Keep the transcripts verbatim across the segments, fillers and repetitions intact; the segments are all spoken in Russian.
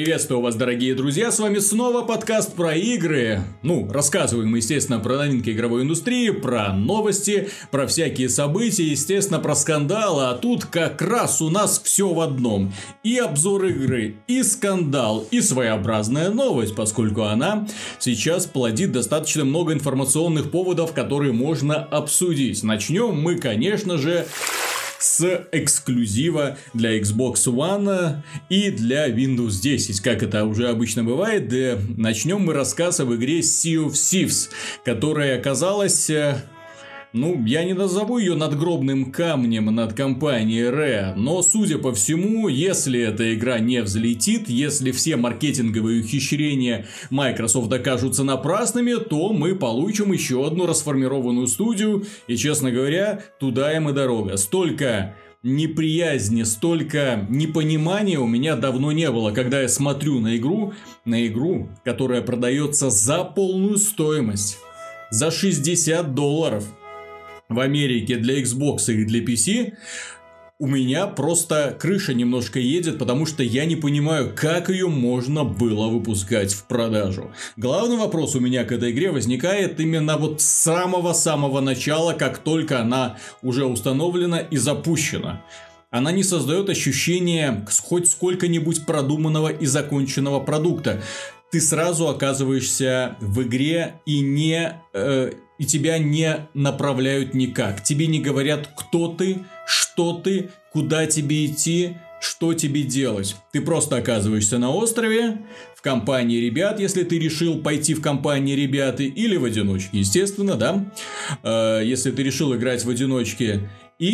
Приветствую вас, дорогие друзья, с вами снова подкаст про игры. Ну, рассказываем мы, естественно, про новинки игровой индустрии, про новости, про всякие события, естественно, про скандалы. А тут как раз у нас все в одном. И обзор игры, и скандал, и своеобразная новость, поскольку она сейчас плодит достаточно много информационных поводов, которые можно обсудить. Начнем мы, конечно же, с эксклюзива для Xbox One и для Windows десять, как это уже обычно бывает. Начнем мы рассказ об игре Sea of Thieves, которая оказалась... Ну, я не назову ее надгробным камнем над компанией Rare, но, судя по всему, если эта игра не взлетит, если все маркетинговые ухищрения Microsoft окажутся напрасными, то мы получим еще одну расформированную студию, и, честно говоря, туда им и дорога. Столько неприязни, столько непонимания у меня давно не было, когда я смотрю на игру, на игру, которая продается за полную стоимость, за шестьдесят долларов. В Америке для Xbox и для пи си, у меня просто крыша немножко едет, потому что я не понимаю, как ее можно было выпускать в продажу. Главный вопрос у меня к этой игре возникает именно вот с самого-самого начала, как только она уже установлена и запущена. Она не создает ощущения хоть сколько-нибудь продуманного и законченного продукта. Ты сразу оказываешься в игре и не... Э, и тебя не направляют никак. Тебе не говорят, кто ты, что ты, куда тебе идти, что тебе делать. Ты просто оказываешься на острове, в компании ребят, если ты решил пойти в компании ребят, или в одиночке, естественно, да. Э, если ты решил играть в одиночке.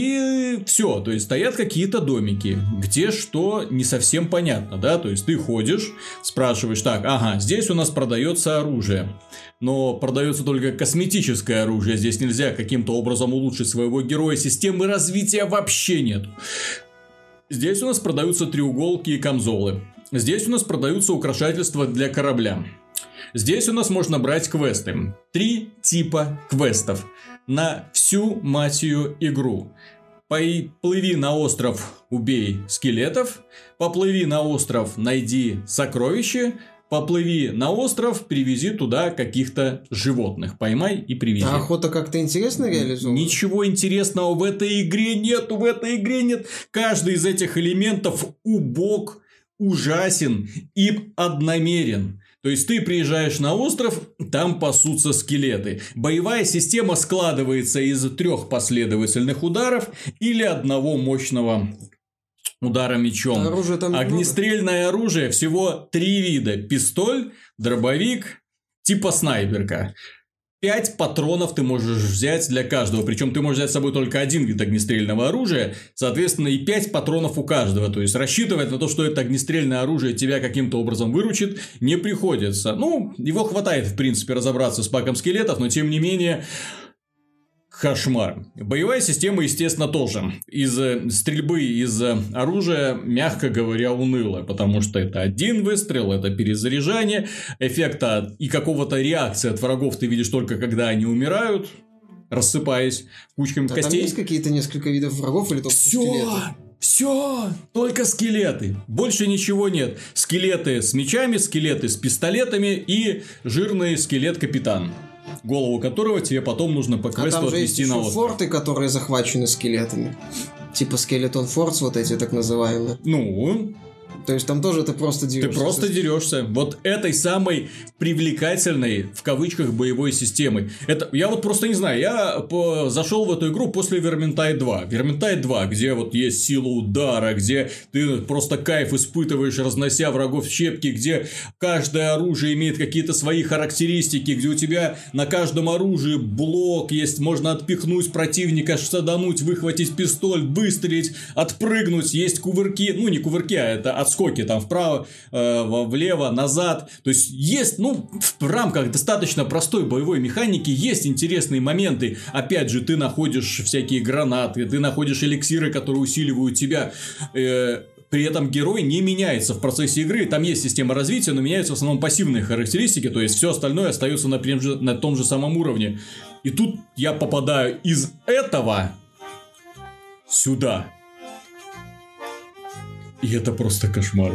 И все, то есть стоят какие-то домики, где что не совсем понятно, да, то есть ты ходишь, спрашиваешь, так, ага, здесь у нас продается оружие, но продается только косметическое оружие, здесь нельзя каким-то образом улучшить своего героя, системы развития вообще нет. Здесь у нас продаются треуголки и камзолы, здесь у нас продаются украшательства для корабля. Здесь у нас можно брать квесты. Три типа квестов на всю мать ее игру. Поплыви на остров, убей скелетов. Поплыви на остров, найди сокровища. Поплыви на остров, привези туда каких-то животных. Поймай и привези. А охота как-то интересно реализована? Ничего интересного в этой игре нет. В этой игре нет. Каждый из этих элементов убог, ужасен и одномерен. То есть ты приезжаешь на остров, там пасутся скелеты. Боевая система складывается из трех последовательных ударов или одного мощного удара мечом. Оружие там Огнестрельное много. Оружие всего три вида: пистоль, дробовик, типа снайперка. Пять патронов ты можешь взять для каждого. Причем ты можешь взять с собой только один вид огнестрельного оружия. Соответственно, и пять патронов у каждого. То есть рассчитывать на то, что это огнестрельное оружие тебя каким-то образом выручит, не приходится. Ну, его хватает, в принципе, разобраться с паком скелетов, но тем не менее... Кошмар. Боевая система, естественно, тоже. Из стрельбы из оружия, мягко говоря, унылая. Потому что это один выстрел, это перезаряжание. Эффекта и какого-то реакции от врагов ты видишь только когда они умирают, рассыпаясь кучками а костей. Там есть какие-то несколько видов врагов или только Всё! скелеты? Все, только скелеты, больше ничего нет. Скелеты с мечами, скелеты с пистолетами и жирный скелет-капитан, голову которого тебе потом нужно по квесту а там же отвезти есть на еще остров. форты, которые захвачены скелетами. Типа Skeleton Forts, вот эти так называемые. Ну... То есть там тоже ты просто дерешься. Ты просто дерешься. Вот этой самой привлекательной, в кавычках, боевой системой. Это, я вот просто не знаю, я по, зашел в эту игру после Vermintide два. Vermintide два, где вот есть сила удара, где ты просто кайф испытываешь, разнося врагов в щепки, где каждое оружие имеет какие-то свои характеристики, где у тебя на каждом оружии блок есть, можно отпихнуть противника, садануть, выхватить пистоль, выстрелить, отпрыгнуть, есть кувырки, ну не кувырки, а это отскоки там вправо, э, влево, назад. То есть есть, ну, в рамках достаточно простой боевой механики есть интересные моменты. Опять же, ты находишь всякие гранаты, ты находишь эликсиры, которые усиливают тебя. Э, при этом герой не меняется в процессе игры. Там есть система развития, но меняются в основном пассивные характеристики. То есть все остальное остается на, на том же самом уровне. И тут я попадаю из этого сюда. И это просто кошмар.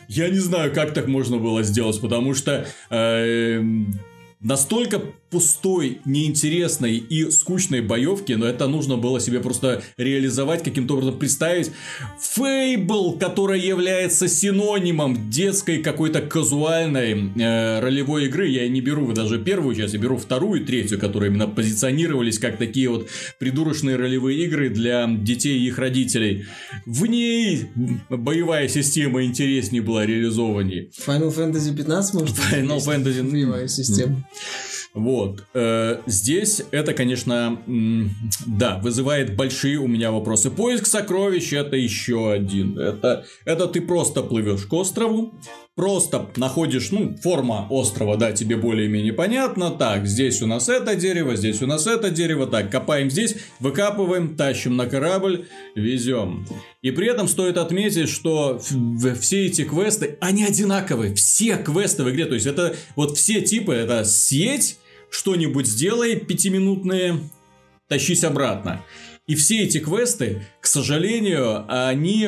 Я не знаю, как так можно было сделать, потому что э, настолько пустой, неинтересной и скучной боевки, но это нужно было себе просто реализовать, каким-то образом представить. Фейбл, которая является синонимом детской какой-то казуальной э, ролевой игры. Я не беру даже первую часть, я беру вторую и третью, которые именно позиционировались как такие вот придурочные ролевые игры для детей и их родителей. В ней боевая система интереснее была реализованнее. Final Fantasy пятнадцать, может? Final Fantasy... Боевая система. Вот. Здесь это, конечно, да, вызывает большие у меня вопросы. Поиск сокровищ — это еще один. Это, это ты просто плывешь к острову, просто находишь, ну, форма острова, да, тебе более-менее понятно. Так, здесь у нас это дерево, здесь у нас это дерево. Так, копаем здесь, выкапываем, тащим на корабль, везем. И при этом стоит отметить, что все эти квесты, они одинаковые. Все квесты в игре. То есть, это вот все типы, это съедь, что-нибудь сделай, пятиминутные, тащись обратно. И все эти квесты, к сожалению, они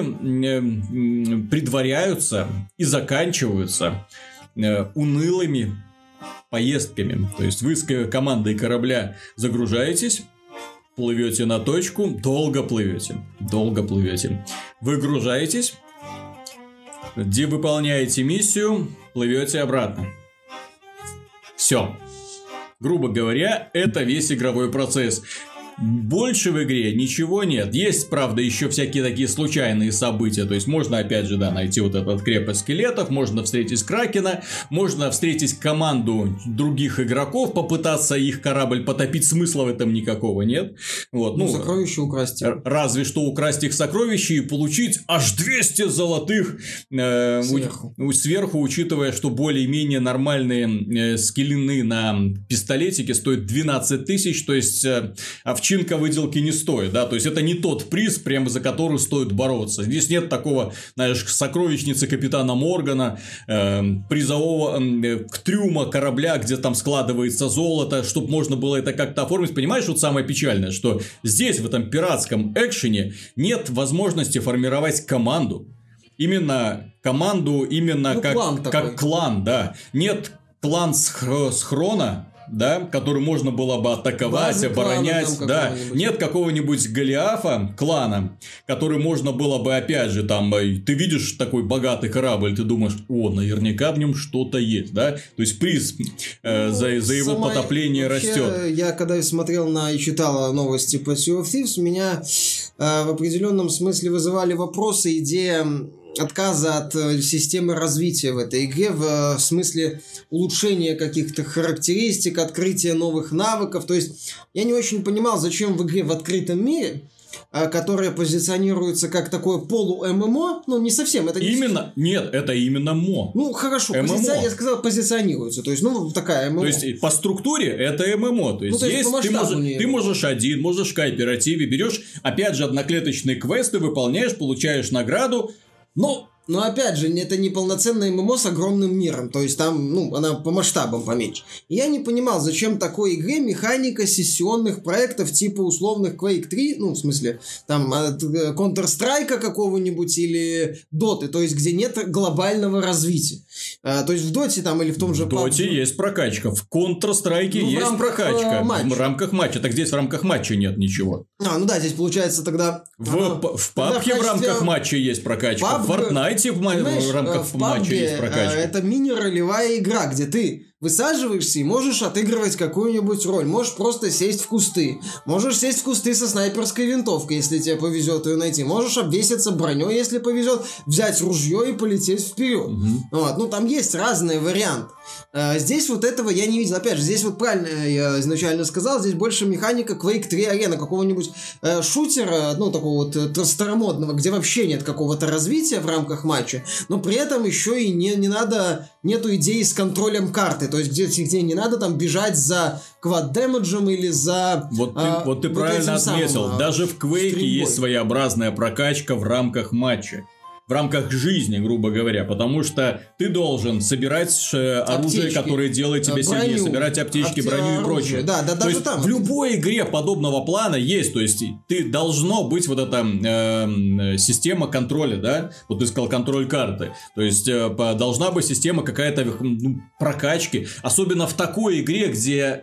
предваряются и заканчиваются унылыми поездками. То есть, вы с командой корабля загружаетесь, плывете на точку, долго плывете, долго плывете. Выгружаетесь, где выполняете миссию, плывете обратно. Все. Грубо говоря, это весь игровой процесс. Больше в игре ничего нет. Есть, правда, еще всякие такие случайные события. То есть, можно, опять же, да, найти вот этот крепость скелетов, можно встретить Кракена, можно встретить команду других игроков, попытаться их корабль потопить. Смысла в этом никакого нет. Вот, ну, ну, сокровища украсть. Разве что украсть их сокровища и получить аж двести золотых э, сверху. У, сверху, учитывая, что более-менее нормальные э, скиллины на пистолетике стоят двенадцать тысяч, то есть э, овчинка выделки не стоит, да, то есть это не тот приз, прямо за который стоит бороться. Здесь нет такого, знаешь, сокровищницы капитана Моргана, э, призового э, трюма корабля, где там складывается золото, чтобы можно было это как-то оформить. Понимаешь, вот самое печальное, что здесь, в этом пиратском экшене, нет возможности формировать команду. Именно команду, именно ну, как, клан как клан, да. Нет клан схрона, да, который можно было бы атаковать, базы оборонять, клана, да, нет какого-нибудь Голиафа клана, который можно было бы, опять же, там, ты видишь такой богатый корабль, ты думаешь, о, наверняка в нем что-то есть, да, то есть приз э, ну, за, за его сама... потопление вообще, растет. Я когда смотрел на и читал новости по Sea of Thieves, меня э, в определенном смысле вызывали вопросы, идея отказа от системы развития в этой игре в смысле улучшения каких-то характеристик, открытия новых навыков. То есть я не очень понимал, зачем в игре в открытом мире, которая позиционируется как такое полу-ММО, ну не совсем, это не именно, нет, это именно МО. Ну хорошо, позиция, я сказал, позиционируется, то есть ну такая ММО. То есть по структуре это ММО, то есть, ну, то есть есть ты, можешь, ты можешь один, можешь в кооперативе, берешь опять же одноклеточные квесты, выполняешь, получаешь награду. Ну, но опять же, это не полноценное ММО с огромным миром. То есть там, ну, она по масштабам поменьше. И я не понимал, зачем такой игре механика сессионных проектов типа условных Quake три, ну, в смысле, там, Counter-Strike какого-нибудь или Dota, то есть где нет глобального развития. А, то есть в Доте там или в том же... В Доте есть прокачка, в Counter-Strike ну, есть прокачка. Матча. В рамках матча. Так здесь в рамках матча нет ничего. А, ну да, здесь получается тогда... В, ага, в пабге в рамках матча есть прокачка. PUBG... В Fortnite в, в рамках в матча есть прокачка. Это мини-ролевая игра, где ты высаживаешься и можешь отыгрывать какую-нибудь роль. Можешь просто сесть в кусты. Можешь сесть в кусты со снайперской винтовкой, если тебе повезет ее найти. Можешь обвеситься броней, если повезет, взять ружье и полететь вперед. Угу. Вот. Ну, там есть разные варианты. А, здесь вот этого я не видел. Опять же, здесь вот правильно я изначально сказал, здесь больше механика Quake три арена, какого-нибудь э, шутера, ну, такого вот э, старомодного, где вообще нет какого-то развития в рамках матча, но при этом еще и не, не надо, нету идеи с контролем карты. То есть, где, где не надо там бежать за квад-дэмэджем или за... Вот ты, а, вот ты вот правильно отметил. самым, Даже в Quake есть своеобразная прокачка в рамках матча. в рамках жизни, грубо говоря, потому что ты должен собирать э, оружие, которое делает тебя броню, сильнее, собирать аптечки, апте... броню и прочее. Да, да, то есть там. В любой игре подобного плана есть, то есть ты должно быть вот эта э, система контроля, да, вот ты сказал контроль карты, то есть э, должна быть система какая-то ну, прокачки, особенно в такой игре, где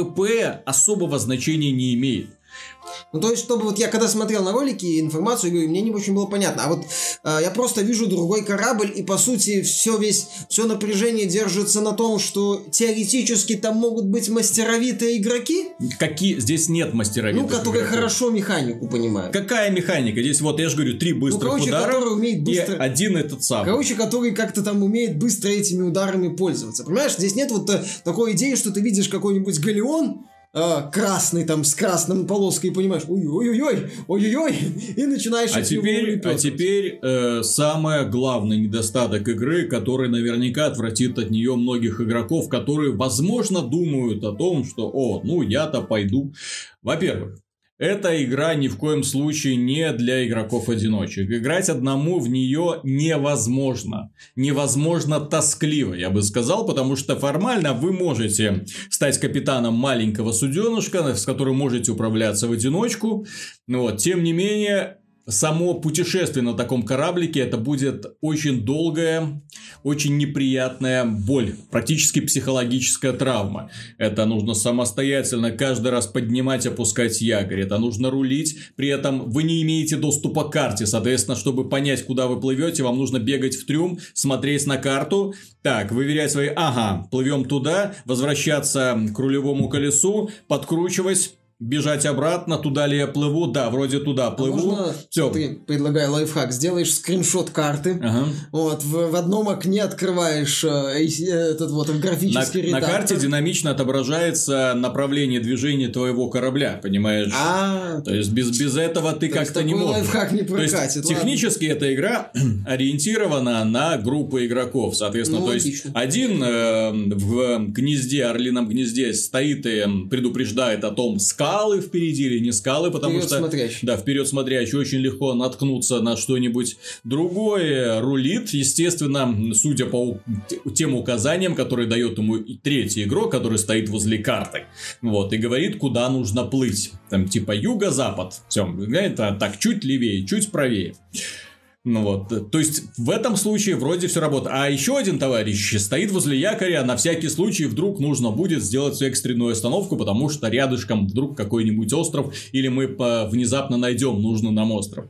PvP особого значения не имеет. Ну, то есть, чтобы вот я когда смотрел на ролики и информацию, говорю, мне не очень было понятно. А вот э, я просто вижу другой корабль, и по сути все весь, все напряжение держится на том, что теоретически там могут быть мастеровитые игроки. Какие? Здесь нет мастеровитых Ну, которые игроков. Хорошо механику понимают. Какая механика? Здесь вот, я же говорю, три быстрых ну, короче, удара быстро... и один этот самый. Короче, который как-то там умеет быстро этими ударами пользоваться. Понимаешь, здесь нет вот такой идеи, что ты видишь какой-нибудь галеон, А, красный там с красной полоской и понимаешь, ой-ой-ой, ой-ой-ой, и начинаешь а теперь, а теперь э, самый главный недостаток игры, который наверняка отвратит от нее многих игроков, которые, возможно, думают о том, что, о, ну я-то пойду. Во-первых, эта игра ни в коем случае не для игроков-одиночек. Играть одному в нее невозможно. Невозможно тоскливо, я бы сказал, потому что формально вы можете стать капитаном маленького суденышка, с которым можете управляться в одиночку. Вот. Тем не менее, само путешествие на таком кораблике это будет очень долгая, очень неприятная боль, практически психологическая травма. Это нужно самостоятельно каждый раз поднимать, опускать якорь. Это нужно рулить, при этом вы не имеете доступа к карте. Соответственно, чтобы понять, куда вы плывете, вам нужно бегать в трюм, смотреть на карту. Так, выверять свои... Ага, плывем туда, возвращаться к рулевому колесу, подкручивать. Бежать обратно, туда ли я плыву? Да, вроде туда плыву. А можно, ты, предлагаю лайфхак, сделаешь скриншот карты, ага. вот, в, в одном окне открываешь э, этот вот графический на, редактор. На карте динамично отображается направление движения твоего корабля, понимаешь? А, то есть, без, без этого ты как-то не можешь. Лайфхак не прокатит, то есть, технически эта игра ориентирована на группу игроков, соответственно. Ну, то есть, один э, в гнезде, орлином гнезде стоит и предупреждает о том, скал скалы впереди или не скалы, потому вперед что смотрящий. Да, вперед смотрящий очень легко наткнуться на что-нибудь другое. Рулит, естественно, судя по тем указаниям, которые дает ему третий игрок, который стоит возле карты. Вот, и говорит, куда нужно плыть. Там типа юго-запад. Все, это так, чуть левее, чуть правее. Ну вот, то есть в этом случае вроде все работает. А еще один товарищ стоит возле якоря, на всякий случай вдруг нужно будет сделать экстренную остановку, потому что рядышком вдруг какой-нибудь остров, или мы внезапно найдем нужный нам остров.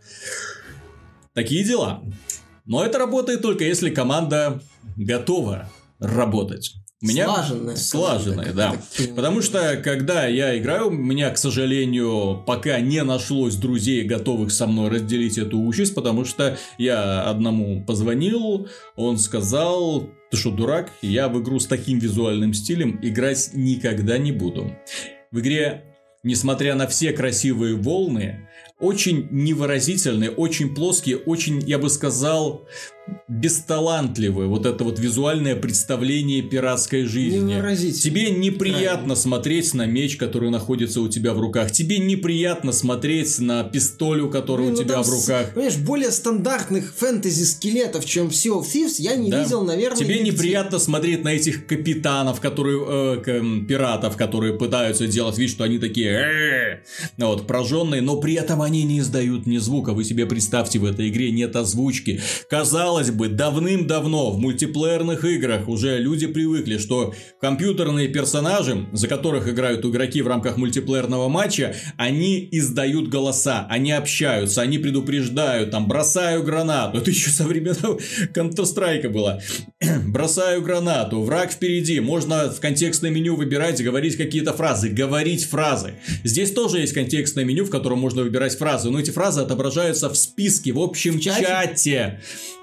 Такие дела. Но это работает только если команда готова работать. У меня слаженная. Слаженная, да. Потому что, когда я играю, у меня, к сожалению, пока не нашлось друзей, готовых со мной разделить эту участь, потому что я одному позвонил, он сказал, ты что, дурак? Я в игру с таким визуальным стилем играть никогда не буду. В игре, несмотря на все красивые волны, очень невыразительные, очень плоские, очень, я бы сказал, бесталантливые. Вот это вот визуальное представление пиратской жизни. Тебе неприятно Правильно. смотреть на меч, который находится у тебя в руках. Тебе неприятно смотреть на пистоль, который Блин, у тебя ну, в руках. С, понимаешь, более стандартных фэнтези-скелетов, чем в Sea of Thieves, я не да. видел, наверное, Тебе нигде. неприятно смотреть на этих капитанов, которые, э, пиратов, которые пытаются делать вид, что они такие вот, прожженные, но при этом они не издают ни звука. Вы себе представьте, в этой игре нет озвучки. Казалось бы, давным-давно в мультиплеерных играх уже люди привыкли, что компьютерные персонажи, за которых играют игроки в рамках мультиплеерного матча, они издают голоса, они общаются, они предупреждают, там, бросаю гранату. Это еще со времен Counter-Strike было. Бросаю гранату, враг впереди. Можно в контекстное меню выбирать, говорить какие-то фразы, говорить фразы. Здесь тоже есть контекстное меню, в котором можно выбирать фразы, но эти фразы отображаются в списке, в общем чате. чате.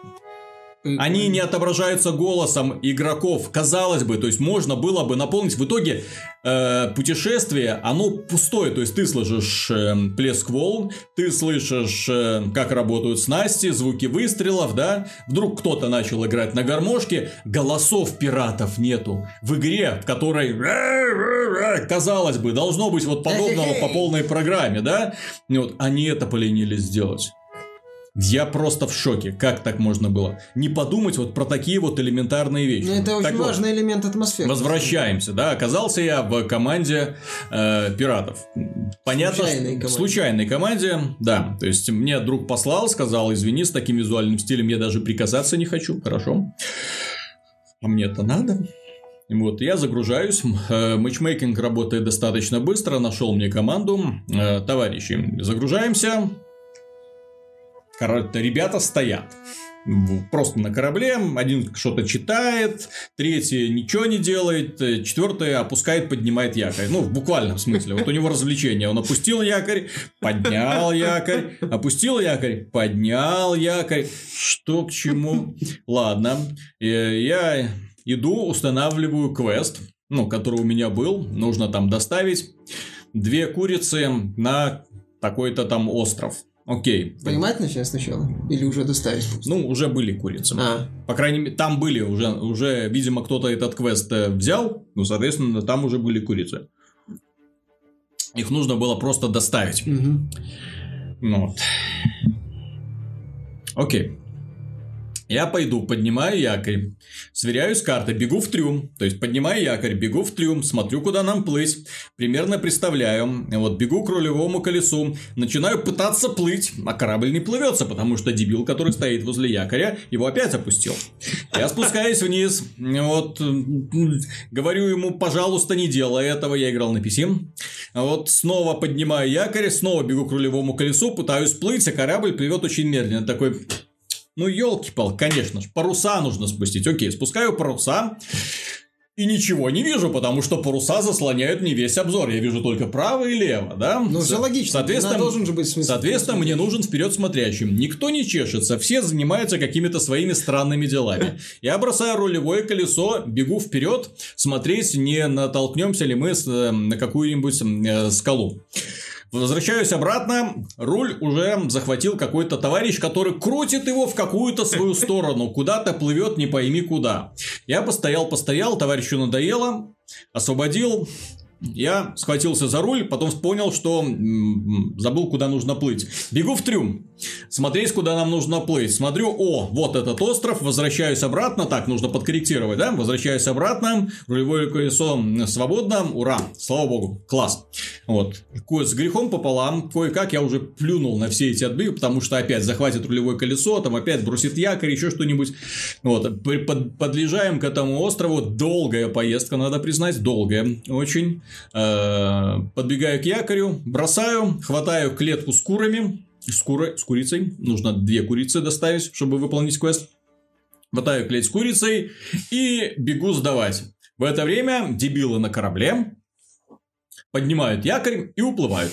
Они не отображаются голосом игроков, казалось бы, то есть можно было бы наполнить. В итоге э, путешествие, оно пустое, то есть ты слышишь э, плеск волн, ты слышишь, э, как работают снасти, звуки выстрелов, да, вдруг кто-то начал играть на гармошке, голосов пиратов нету. В игре, в которой, казалось бы, должно быть вот подобного по полной программе, да, вот, они это поленились сделать. Я просто в шоке. Как так можно было? Не подумать вот про такие вот элементарные вещи. Но это так очень вот, важный элемент атмосферы. Возвращаемся, да. Оказался я в команде э, пиратов. Понятно, Случайной что... команде. Случайной команде, да. То есть, мне друг послал, сказал, извини, с таким визуальным стилем я даже прикасаться не хочу. Хорошо. А мне-то надо. Вот, я загружаюсь, матчмейкинг работает достаточно быстро, нашел мне команду, э, товарищи, загружаемся, ребята стоят, просто на корабле, один что-то читает, третий ничего не делает, четвертый опускает, поднимает якорь, ну, в буквальном смысле, вот у него развлечение, он опустил якорь, поднял якорь, опустил якорь, поднял якорь, что к чему, ладно, я... Иду, устанавливаю квест, ну, который у меня был. Нужно там доставить две курицы на такой-то там остров. Окей. Понимать начать сначала? Или уже доставить? Ну, уже были курицы. А. По крайней мере, там были уже, уже, видимо, кто-то этот квест взял. Ну, соответственно, там уже были курицы. Их нужно было просто доставить. Угу. Ну, вот. Окей. Я пойду, поднимаю якорь, сверяюсь с картой, бегу в трюм, то есть поднимаю якорь, бегу в трюм, смотрю, куда нам плыть, примерно представляю, вот бегу к рулевому колесу, начинаю пытаться плыть, а корабль не плывется, потому что дебил, который стоит возле якоря, его опять опустил. Я спускаюсь вниз, вот, говорю ему, пожалуйста, не делай этого, я играл на пи си, вот снова поднимаю якорь, снова бегу к рулевому колесу, пытаюсь плыть, а корабль плывет очень медленно, такой... Ну, елки-палки, конечно же, паруса нужно спустить. Окей, спускаю паруса и ничего не вижу, потому что паруса заслоняют мне весь обзор. Я вижу только право и лево, да? Ну, все логично. Соответственно, должен же быть смысл. Соответственно, мне нужен вперед смотрящий. Никто не чешется, все занимаются какими-то своими странными делами. Я бросаю рулевое колесо, бегу вперед, смотреть, не натолкнемся ли мы на какую-нибудь скалу. Возвращаюсь обратно, руль уже захватил какой-то товарищ, который крутит его в какую-то свою сторону, куда-то плывет, не пойми куда. Я постоял-постоял, товарищу надоело, освободил, я схватился за руль, потом понял, что м-м, забыл, куда нужно плыть. Бегу в трюм, смотреть, куда нам нужно плыть. Смотрю, о, вот этот остров, возвращаюсь обратно, так, нужно подкорректировать, да, возвращаюсь обратно, рулевое колесо свободно, ура, слава богу, класс. Вот, с грехом пополам, кое-как я уже плюнул на все эти отбивки, потому что опять захватит рулевое колесо, там опять бросит якорь, еще что-нибудь. Вот, под, подъезжаем к этому острову, долгая поездка, надо признать, долгая, очень. Подбегаю к якорю, бросаю, хватаю клетку с курами, с, курой, с курицей, нужно две курицы доставить, чтобы выполнить квест. Хватаю клеть с курицей и бегу сдавать. В это время дебилы на корабле поднимают якорь и уплывают.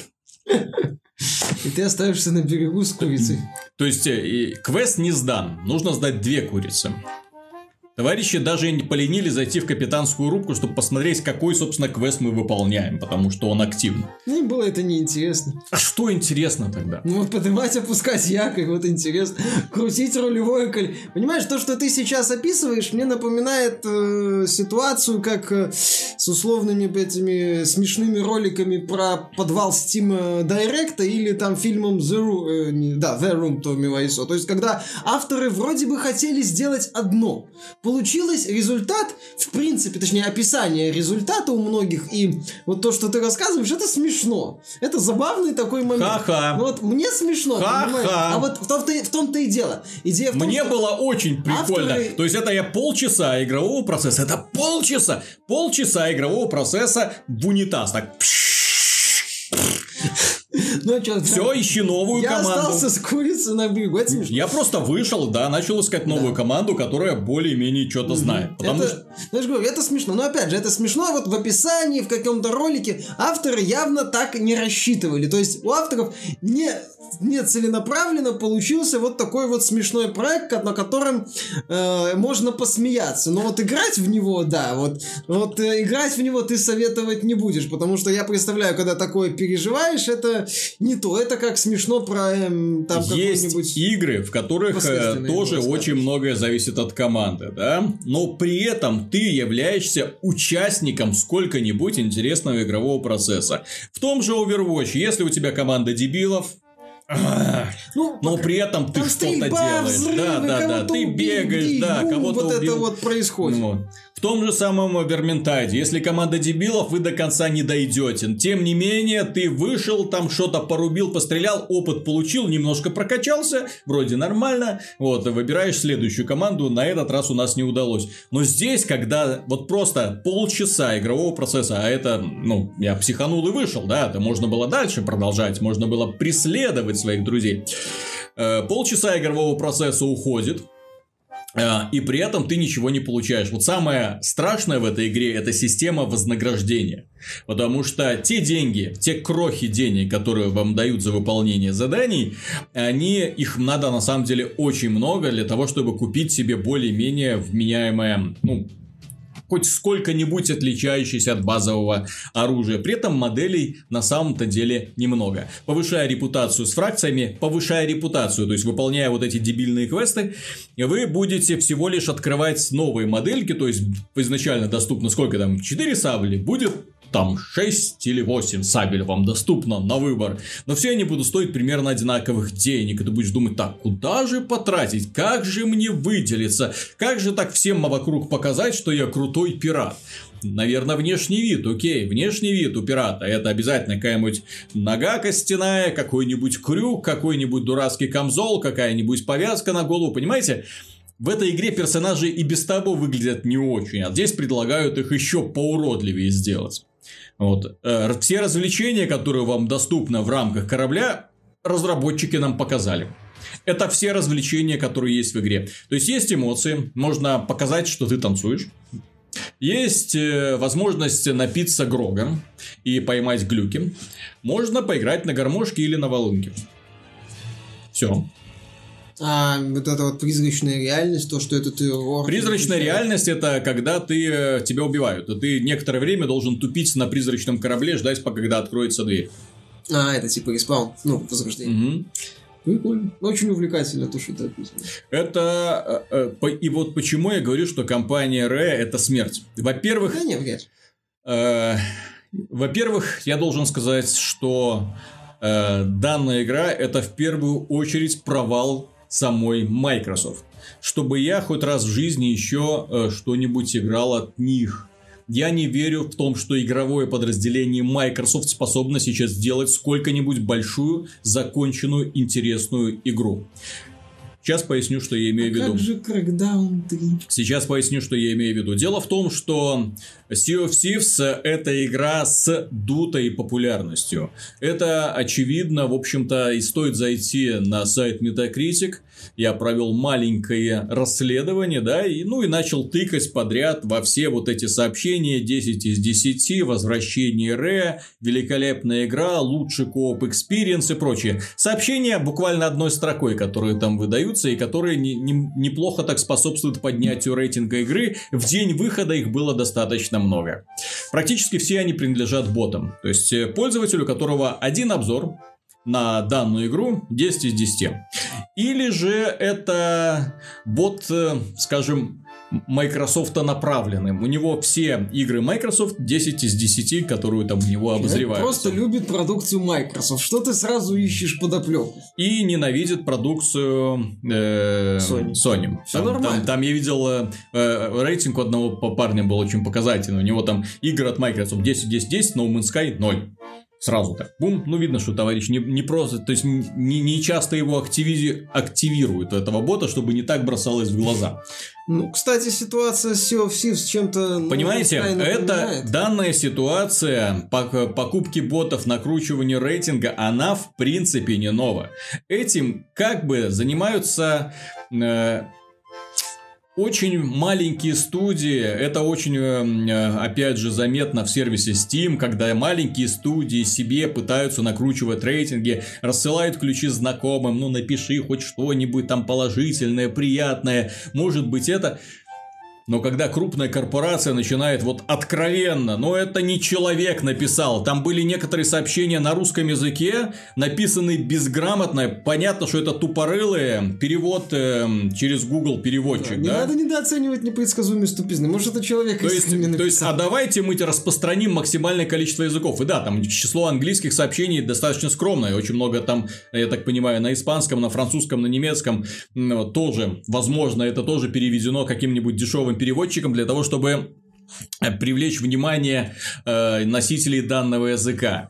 И ты остаешься на берегу с курицей. То есть, квест не сдан, нужно сдать две курицы. Товарищи даже не поленились зайти в капитанскую рубку, чтобы посмотреть, какой, собственно, квест мы выполняем, потому что он активный. Мне было это неинтересно. А что интересно тогда? Ну вот поднимать, опускать якорь, вот интересно. Крутить рулевое колесо. Понимаешь, то, что ты сейчас описываешь, мне напоминает э, ситуацию, как э, с условными этими смешными роликами про подвал Steam Direct или там фильмом The Room, э, не, да, The Room Томми Вайсо. То есть, когда авторы вроде бы хотели сделать одно. Получилось результат, в принципе, точнее, описание результата у многих, и вот то, что ты рассказываешь, это смешно. Это забавный такой момент. Ха-ха. Вот мне смешно, понимаешь? А вот в том-то, в том-то и дело. Идея в том, мне что было очень прикольно. авторы... То есть, это я полчаса игрового процесса. Это полчаса. Полчаса игрового процесса в унитаз. Так... Ну, что, все, да. Ищи новую я команду. Я остался с курицей на берегу, это смешно. Я просто вышел, да, начал искать новую да. команду, которая более-менее что-то угу. знает. Потому это, что... Ну, я же говорю, это смешно. Но опять же, это смешно вот в описании, в каком-то ролике. Авторы явно так не рассчитывали. То есть, у авторов не, не целенаправленно получился вот такой вот смешной проект, на котором э, можно посмеяться. Но вот играть в него, да, вот, вот э, играть в него ты советовать не будешь. Потому что я представляю, когда такое переживаешь, это... Не то, это как смешно про эм, там есть игры, в которых э, тоже очень многое зависит от команды, да, но при этом ты являешься участником сколько-нибудь интересного игрового процесса. В том же Overwatch, если у тебя команда дебилов, Ну, но при этом ты там что-то стрельба, делаешь. взрывы, Да, да, да. Ты убили, бегаешь, да, бум, кого-то вот убил. это вот происходит. Вот. В том же самом Верминтайде, если команда дебилов, вы до конца не дойдете. Тем не менее, ты вышел, там что-то порубил, пострелял, опыт получил, немножко прокачался, вроде нормально. Вот, выбираешь следующую команду, на этот раз у нас не удалось. Но здесь, когда вот просто полчаса игрового процесса, а это, ну, я психанул и вышел, да, это можно было дальше продолжать, можно было преследовать своих друзей. Полчаса игрового процесса уходит. И при этом ты ничего не получаешь. Вот самое страшное в этой игре — это система вознаграждения. Потому что те деньги, те крохи денег, которые вам дают за выполнение заданий, они, их надо на самом деле очень много для того, чтобы купить себе более-менее вменяемое, ну, хоть сколько-нибудь отличающийся от базового оружия. При этом моделей на самом-то деле немного. Повышая репутацию с фракциями, повышая репутацию, то есть выполняя вот эти дебильные квесты, вы будете всего лишь открывать новые модельки, то есть изначально доступно сколько там, четыре сабли, будет там шесть или восемь сабель вам доступно на выбор. Но все они будут стоить примерно одинаковых денег. И ты будешь думать, так, куда же потратить? Как же мне выделиться? Как же так всем вокруг показать, что я крутой пират? Наверное, внешний вид, окей, внешний вид у пирата. Это обязательно какая-нибудь нога костяная, какой-нибудь крюк, какой-нибудь дурацкий камзол, какая-нибудь повязка на голову, понимаете? В этой игре персонажи и без того выглядят не очень, а здесь предлагают их еще поуродливее сделать. Вот. Все развлечения, которые вам доступны в рамках корабля, разработчики нам показали. Это все развлечения, которые есть в игре. То есть, есть эмоции, можно показать, что ты танцуешь. Есть возможность напиться грогом и поймать глюки. Можно поиграть на гармошке или на волынке. Все. А вот эта вот призрачная реальность, то, что это ты... Призрачная реальность — это когда ты, тебя убивают. И ты некоторое время должен тупить на призрачном корабле, ждать, пока когда откроется дверь. А, это типа респаун, ну, возрождение. Угу. Прикольно. Очень увлекательно то, что ты описываешь. Это... И вот почему я говорю, что компания Rare — это смерть. Во-первых... Да нет, вряд ли. Э, во-первых, я должен сказать, что э, данная игра — это в первую очередь провал самой Microsoft. Чтобы я хоть раз в жизни еще э, что-нибудь играл от них. Я не верю в том, что игровое подразделение Microsoft способно сейчас сделать сколько-нибудь большую, законченную, интересную игру. Сейчас поясню, что я имею а в виду. Как же Crackdown три? Сейчас поясню, что я имею в виду. Дело в том, что Sea of Thieves — это игра с дутой популярностью. Это очевидно, в общем-то, и стоит зайти на сайт Metacritic. Я провел маленькое расследование, да, и, ну и начал тыкать подряд во все вот эти сообщения: десять из десяти, возвращение Rare, великолепная игра, лучший кооп экспириенс и прочее. Сообщения буквально одной строкой, которые там выдаются, и которые не, не, неплохо так способствуют поднятию рейтинга игры. В день выхода их было достаточно много. Практически все они принадлежат ботам. То есть пользователю, у которого один обзор на данную игру десять из десяти. Или же это бот, скажем, Microsoft направленным. У него все игры Microsoft десять из десяти, которые там у него обозреваются. Просто любит продукцию Microsoft. Что ты сразу ищешь подоплеку? И ненавидит продукцию э, Sony. Sony. Все Там, нормально. там, там я видел э, рейтинг у одного парня был очень показательный. У него там игры от Microsoft десять десять десять, No Man's Sky ноль. Сразу так, бум, ну видно, что товарищ не, не просто, то есть не, не часто его активи, активируют, этого бота, чтобы не так бросалось в глаза. Ну, кстати, ситуация с Sea of Thieves чем-то... Понимаете, ну, это данная ситуация покупки ботов, накручивания рейтинга, она в принципе не нова. Этим как бы занимаются... Э, Очень маленькие студии, это очень, опять же, заметно в сервисе Steam, когда маленькие студии себе пытаются накручивать рейтинги, рассылают ключи знакомым, ну напиши хоть что-нибудь там положительное, приятное, может быть это... Но когда крупная корпорация начинает вот откровенно, но это не человек написал, там были некоторые сообщения на русском языке, написанные безграмотно, понятно, что это тупорылые, перевод э, через Google переводчик, да? Не да? надо недооценивать непредсказуемость тупизны, может это человек то есть, написал. то есть, а давайте мы распространим максимальное количество языков. И да, там число английских сообщений достаточно скромное, очень много там, я так понимаю, на испанском, на французском, на немецком, ну, тоже, возможно, это тоже переведено каким-нибудь дешевым переводчиком для того, чтобы привлечь внимание э, носителей данного языка.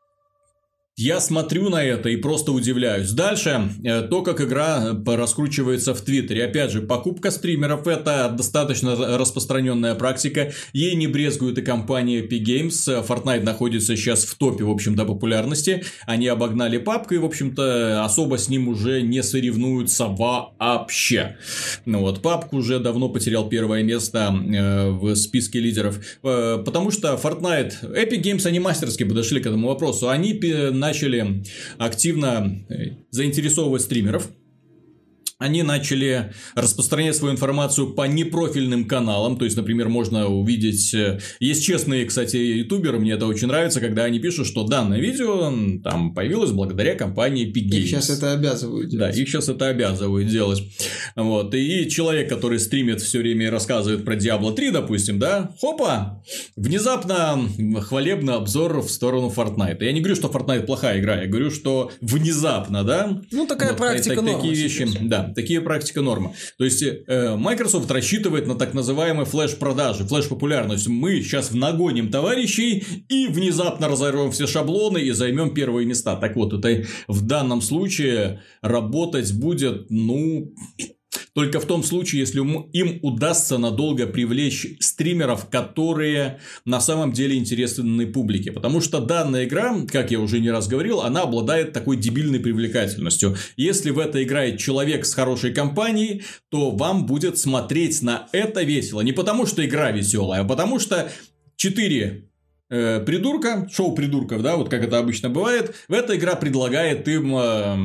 Я смотрю на это и просто удивляюсь. Дальше, то, как игра раскручивается в Твиттере. Опять же, покупка стримеров – это достаточно распространенная практика. Ей не брезгует и компания Epic Games. Fortnite находится сейчас в топе, в общем-то, популярности. Они обогнали пабг и, в общем-то, особо с ним уже не соревнуются вообще. Ну вот, пабг уже давно потерял первое место в списке лидеров. Потому что Fortnite, Epic Games, они мастерски подошли к этому вопросу. Они начали активно заинтересовывать стримеров. Они начали распространять свою информацию по непрофильным каналам. То есть, например, можно увидеть... Есть честные, кстати, ютуберы, мне это очень нравится, когда они пишут, что данное видео там появилось благодаря компании Epic Games. Их сейчас это обязывают делать. Да, их сейчас это обязывают делать. Вот. И человек, который стримит все время и рассказывает про Диабло три, допустим, да, хопа, внезапно хвалебный обзор в сторону Fortnite. Я не говорю, что Fortnite плохая игра, я говорю, что внезапно, да. Ну, такая вот, практика так, норма. Такие вещи, да. Такие практика норма. То есть, э, Microsoft рассчитывает на так называемые флеш-продажи, флеш-популярность. Мы сейчас нагоним товарищей и внезапно разорвем все шаблоны и займем первые места. Так вот, это в данном случае работать будет, ну... Только в том случае, если им удастся надолго привлечь стримеров, которые на самом деле интересны публике. Потому что данная игра, как я уже не раз говорил, она обладает такой дебильной привлекательностью. Если в это играет человек с хорошей компанией, то вам будет смотреть на это весело. Не потому что игра веселая, а потому что четыре... Э, придурка, шоу придурков, да, вот как это обычно бывает, в эта игра предлагает им э,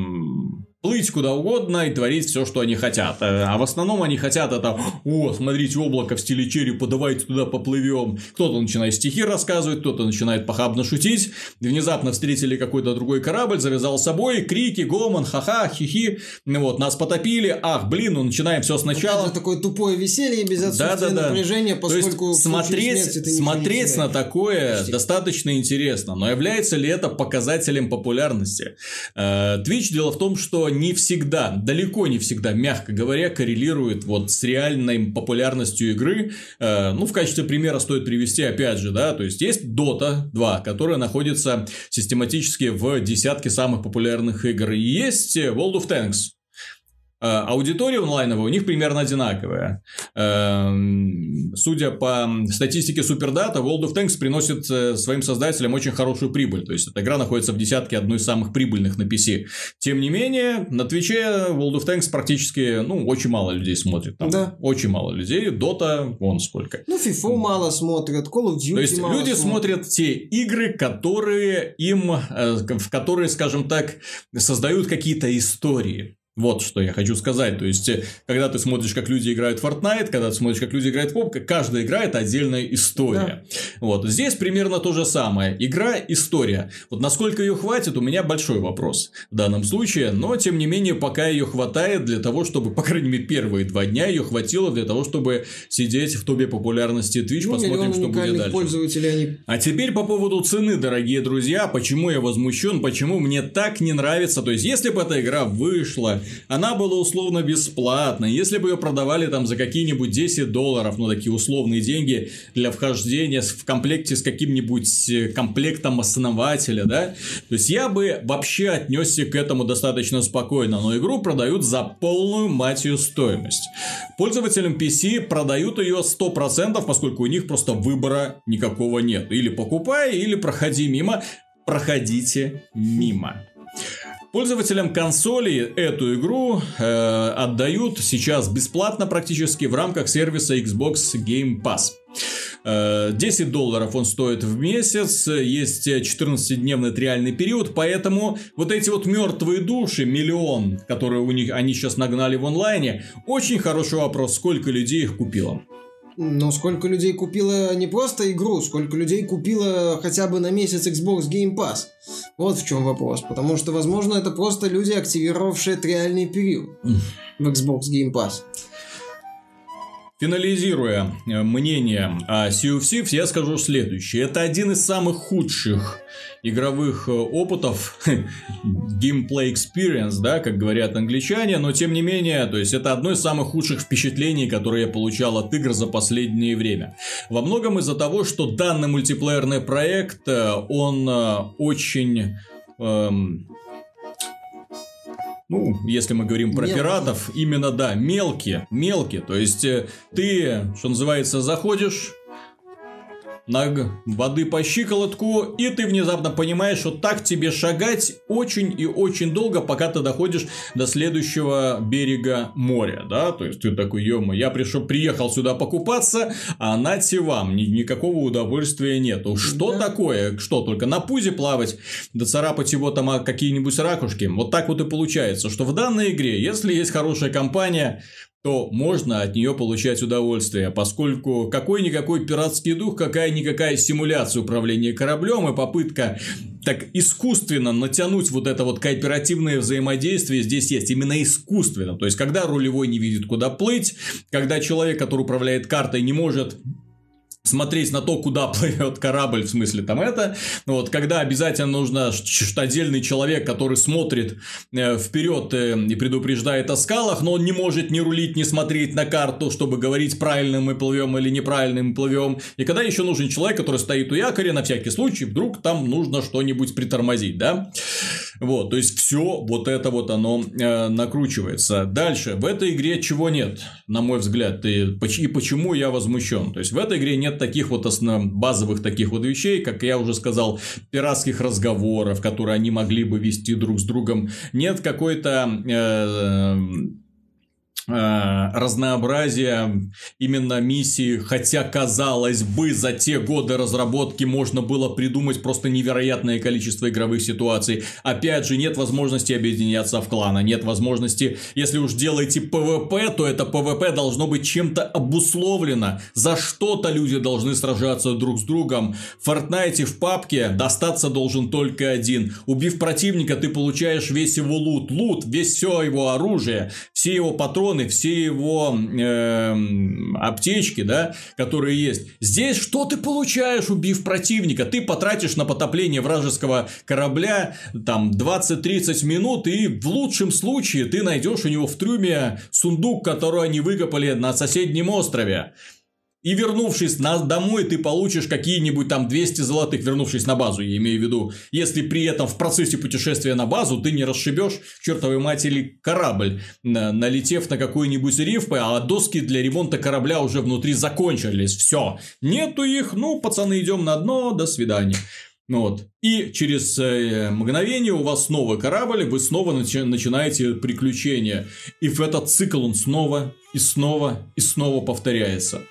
плыть куда угодно и творить все, что они хотят. А в основном они хотят это: о, смотрите, облако в стиле черепа, давайте туда поплывем. Кто-то начинает стихи рассказывать, кто-то начинает похабно шутить. Внезапно встретили какой-то другой корабль, завязал с собой, крики, гомон, ха-ха, хихи. Вот, нас потопили, ах, блин, ну начинаем все сначала. Это такое тупое веселье без отсутствия да, да, да. напряжения, поскольку смотреть, смотреть на такое Почти. достаточно интересно. Но является ли это показателем популярности? Twitch, дело в том, что не всегда, далеко не всегда, мягко говоря, коррелирует вот с реальной популярностью игры. Ну, в качестве примера стоит привести, опять же, да, то есть есть Dota два, которая находится систематически в десятке самых популярных игр. И есть World of Tanks. Аудитория онлайновая у них примерно одинаковая. Судя по статистике Супердата, World of Tanks приносит своим создателям очень хорошую прибыль. То есть, эта игра находится в десятке одной из самых прибыльных на пи си. Тем не менее, на Твиче World of Tanks практически, ну, очень мало людей смотрит. Там да. Очень мало людей. Dota, вон сколько. Ну, FIFA мало смотрят, Call of Duty То есть, мало люди смотрят. смотрят те игры, которые им, в которые, скажем так, создают какие-то истории. Вот что я хочу сказать. То есть, когда ты смотришь, как люди играют в Fortnite, когда ты смотришь, как люди играют в пабг, каждая игра – это отдельная история. Да. Вот. Здесь примерно то же самое. Игра – история. Вот насколько ее хватит, у меня большой вопрос в данном случае. Но, тем не менее, пока ее хватает для того, чтобы, по крайней мере, первые два дня ее хватило для того, чтобы сидеть в топе популярности Twitch. Ну, посмотрим, что будет дальше. Пользователей они... А теперь по поводу цены, дорогие друзья. Почему я возмущен, почему мне так не нравится. То есть, если бы эта игра вышла, она была условно бесплатной. Если бы ее продавали там за какие-нибудь десять долларов, ну, такие условные деньги для вхождения в комплекте с каким-нибудь комплектом основателя, да, то есть, я бы вообще отнесся к этому достаточно спокойно. Но игру продают за полную мать ее стоимость. Пользователям пи си продают ее сто процентов, поскольку у них просто выбора никакого нет. Или покупай, или проходи мимо. Проходите мимо. Пользователям консолей эту игру э, отдают сейчас бесплатно практически в рамках сервиса Xbox Game Pass. Э, десять долларов он стоит в месяц, есть четырнадцатидневный триальный период, поэтому вот эти вот мертвые души, миллион, которые у них, они сейчас нагнали в онлайне, очень хороший вопрос, сколько людей их купило. Но сколько людей купило не просто игру, сколько людей купило хотя бы на месяц Xbox Game Pass. Вот в чем вопрос. Потому что, возможно, это просто люди, активировавшие триальный период в Xbox Game Pass. Финализируя мнение о Sea of Thieves, я скажу следующее. Это один из самых худших игровых опытов, gameplay experience, да, как говорят англичане, но тем не менее, то есть это одно из самых худших впечатлений, которые я получал от игр за последнее время. Во многом из-за того, что данный мультиплеерный проект, он очень... Эм, Ну, если мы говорим про мелкие. Пиратов, именно, да, мелкие, мелкие. То есть, ты, что называется, заходишь на воды по щиколотку, и ты внезапно понимаешь, что так тебе шагать очень и очень долго, пока ты доходишь до следующего берега моря, да, то есть ты такой, ё-моё, я пришел, приехал сюда покупаться, а нате вам, ни, никакого удовольствия нету. Что да. такое? Что, только на пузе плавать, да царапать его там о какие-нибудь ракушки? Вот так вот и получается, что в данной игре, если есть хорошая компания, то можно от нее получать удовольствие, поскольку какой-никакой пиратский дух, какая-никакая симуляция управления кораблем и попытка так искусственно натянуть вот это вот кооперативное взаимодействие здесь есть, именно искусственно. То есть, когда рулевой не видит, куда плыть, когда человек, который управляет картой, не может смотреть на то, куда плывет корабль, в смысле там это, вот, когда обязательно нужно отдельный человек, который смотрит э, вперед э, и предупреждает о скалах, но он не может ни рулить, ни смотреть на карту, чтобы говорить, правильно мы плывем или неправильно мы плывем, и когда еще нужен человек, который стоит у якоря, на всякий случай, вдруг там нужно что-нибудь притормозить, да, вот, то есть все вот это вот оно э, накручивается. Дальше, в этой игре чего нет, на мой взгляд, и, и почему я возмущен, то есть в этой игре нет таких вот основ... базовых таких вот вещей, как я уже сказал, пиратских разговоров, которые они могли бы вести друг с другом. Нет какой-то э... разнообразия именно миссии, хотя, казалось бы, за те годы разработки можно было придумать просто невероятное количество игровых ситуаций. Опять же, нет возможности объединяться в кланы, нет возможности, если уж делаете ПВП, то это ПВП должно быть чем-то обусловлено, за что-то люди должны сражаться друг с другом. В Fortnite, в пабге достаться должен только один. Убив противника, ты получаешь весь его лут, лут, весь все его оружие, все его патроны, все его э, аптечки, да, которые есть. Здесь что ты получаешь, убив противника? Ты потратишь на потопление вражеского корабля там двадцать-тридцать минут, и в лучшем случае ты найдешь у него в трюме сундук, который они выкопали на соседнем острове. И вернувшись на, домой, ты получишь какие-нибудь там двести золотых, вернувшись на базу, я имею в виду. Если при этом в процессе путешествия на базу ты не расшибешь чертовой матери корабль, налетев на какой-нибудь риф, а доски для ремонта корабля уже внутри закончились. Все, нету их, ну, пацаны, идем на дно, до свидания. Вот. И через э, мгновение у вас снова корабль, вы снова начи- начинаете приключения. И в этот цикл он снова и снова и снова повторяется.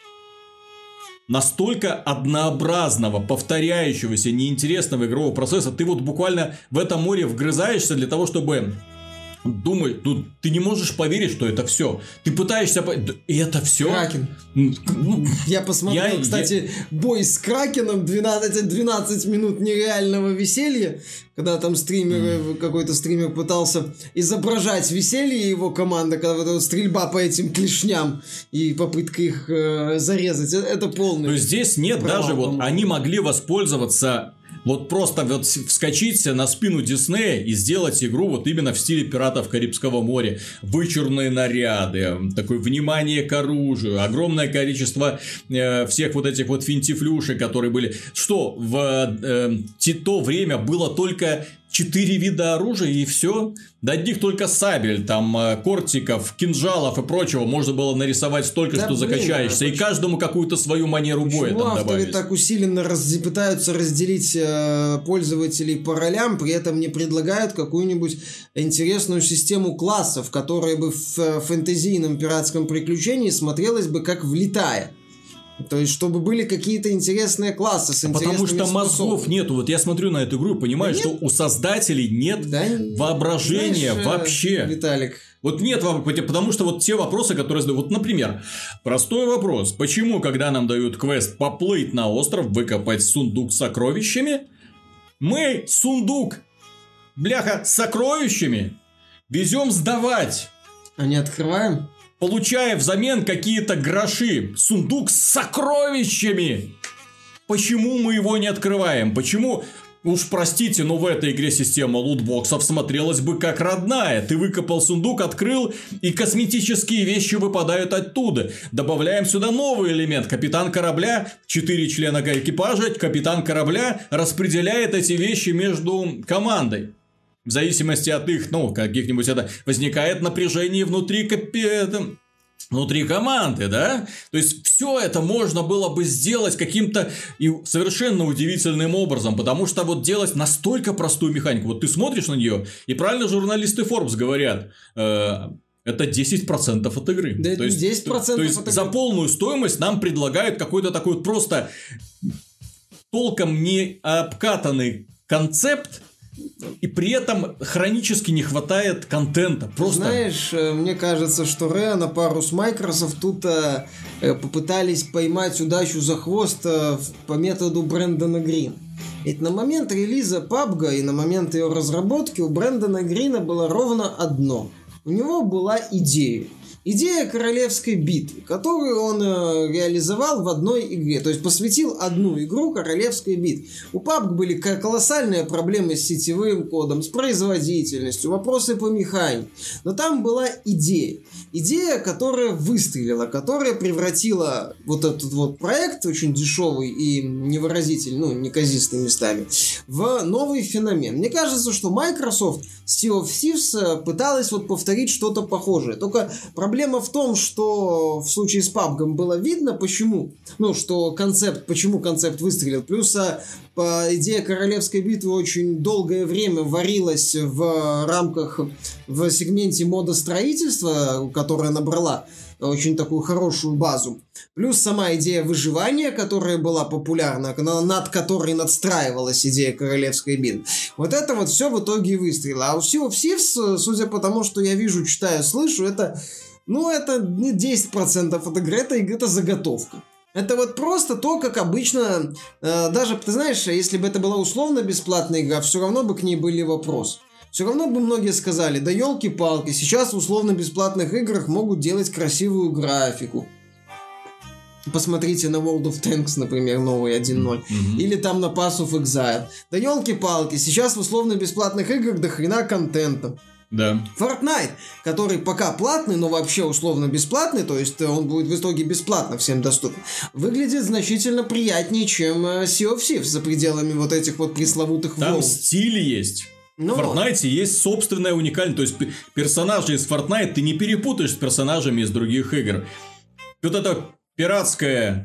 Настолько однообразного, повторяющегося, неинтересного игрового процесса, ты вот буквально в это море вгрызаешься для того, чтобы думать, ну, ты не можешь поверить, что это все. Ты пытаешься... И это все. Кракен. Ну, я посмотрел, я, кстати, я... бой с Кракеном, двенадцать, двенадцать минут нереального веселья, когда там стример, mm. какой-то стример пытался изображать веселье его команды, когда вот эта стрельба по этим клешням и попытка их э, зарезать. Это полный. То есть здесь нет провал, даже вот, они могли воспользоваться... Вот просто вот вскочить на спину Диснея и сделать игру вот именно в стиле «Пиратов Карибского моря». Вычурные наряды, такое внимание к оружию, огромное количество э, всех вот этих вот финтифлюшек, которые были. Что в э, то время было только четыре вида оружия и все. До одних только сабель, там, кортиков, кинжалов и прочего можно было нарисовать столько, да, что блин, закачаешься. И каждому какую-то свою манеру боя там добавить. Авторы так усиленно раз... пытаются разделить э, пользователей по ролям, при этом не предлагают какую-нибудь интересную систему классов, которая бы в фэнтезийном пиратском приключении смотрелась бы как влитая. То есть, чтобы были какие-то интересные классы с интересными Потому что мозгов нету. Вот я смотрю на эту игру и понимаю, да что у создателей нет да, воображения знаешь, вообще. Виталик. Вот нет, потому что вот те вопросы, которые задают. Вот, например, простой вопрос. Почему, когда нам дают квест поплыть на остров, выкопать сундук с сокровищами, мы сундук, бляха, с сокровищами везем сдавать? А не открываем? Получая взамен какие-то гроши. Сундук с сокровищами. Почему мы его не открываем? Почему... Уж простите, но в этой игре система лутбоксов смотрелась бы как родная. Ты выкопал сундук, открыл, и косметические вещи выпадают оттуда. Добавляем сюда новый элемент. Капитан корабля, четыре члена экипажа, капитан корабля распределяет эти вещи между командой. В зависимости от их, ну, каких-нибудь это... Возникает напряжение внутри капитана. Внутри команды, да? То есть, все это можно было бы сделать каким-то совершенно удивительным образом. Потому что вот делать настолько простую механику. Вот ты смотришь на нее, и правильно журналисты Forbes говорят... Э- Это десять процентов от игры. Да, то есть, десять процентов то есть от игры. За полную стоимость нам предлагают какой-то такой вот просто толком не обкатанный концепт. И при этом хронически не хватает контента. Просто... Знаешь, мне кажется, что Rare на пару с Microsoft тут э, попытались поймать удачу за хвост э, по методу Брэндона Грина. Ведь на момент релиза пабг и на момент ее разработки у Брэндона Грина было ровно одно. У него была идея. Идея королевской битвы, которую он э, реализовал в одной игре. То есть посвятил одну игру королевской битве. У пабг были колоссальные проблемы с сетевым кодом, с производительностью, вопросы по механике. Но там была идея. Идея, которая выстрелила, которая превратила вот этот вот проект, очень дешевый и невыразительный, ну, неказистый местами, в новый феномен. Мне кажется, что Microsoft Sea of Thieves пыталась вот повторить что-то похожее. Только проблема в том, что в случае с пабг было видно, почему. Ну, что концепт, почему концепт выстрелил. Плюс по идее королевской битвы очень долгое время варилась в рамках, в сегменте мода строительства, которая набрала очень такую хорошую базу. Плюс сама идея выживания, которая была популярна, над которой надстраивалась идея королевской битвы. Вот это вот все в итоге и выстрелило. А у Sea of Thieves, судя по тому, что я вижу, читаю, слышу, это, ну, это не десять процентов от игры, это, это заготовка. Это вот просто то, как обычно, э, даже, ты знаешь, если бы это была условно бесплатная игра, все равно бы к ней были вопросы. Все равно бы многие сказали, да елки-палки, сейчас в условно-бесплатных играх могут делать красивую графику. Посмотрите на World of Tanks, например, новый один ноль. Mm-hmm. Или там на Pass of Exile. Да елки-палки, сейчас в условно-бесплатных играх до хрена контента. Да. Fortnite, который пока платный, но вообще условно бесплатный, то есть он будет в итоге бесплатно всем доступен, выглядит значительно приятнее, чем Sea of Thieves за пределами вот этих вот пресловутых волн. Там стиль есть. Но... В Fortnite есть собственная уникальность. То есть персонажи из Fortnite ты не перепутаешь с персонажами из других игр. Вот эта пиратская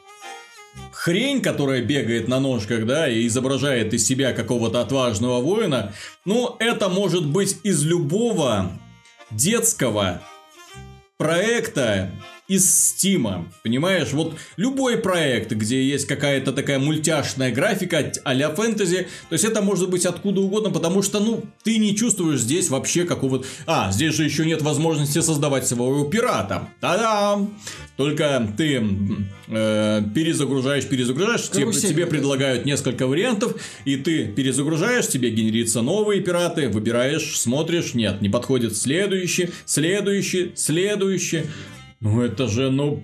хрень, которая бегает на ножках, да, и изображает из себя какого-то отважного воина, ну, это может быть из любого детского проекта из Стима, понимаешь? Вот любой проект, где есть какая-то такая мультяшная графика а-ля фэнтези, то есть это может быть откуда угодно, потому что, ну, ты не чувствуешь здесь вообще какого-то... А, здесь же еще нет возможности создавать своего пирата. Та-дам! Только ты э, перезагружаешь, перезагружаешь, тебе, тебе предлагают несколько вариантов, и ты перезагружаешь, тебе генерится новые пираты, выбираешь, смотришь, нет, не подходит, следующий, следующий, следующий. Ну это же, ну,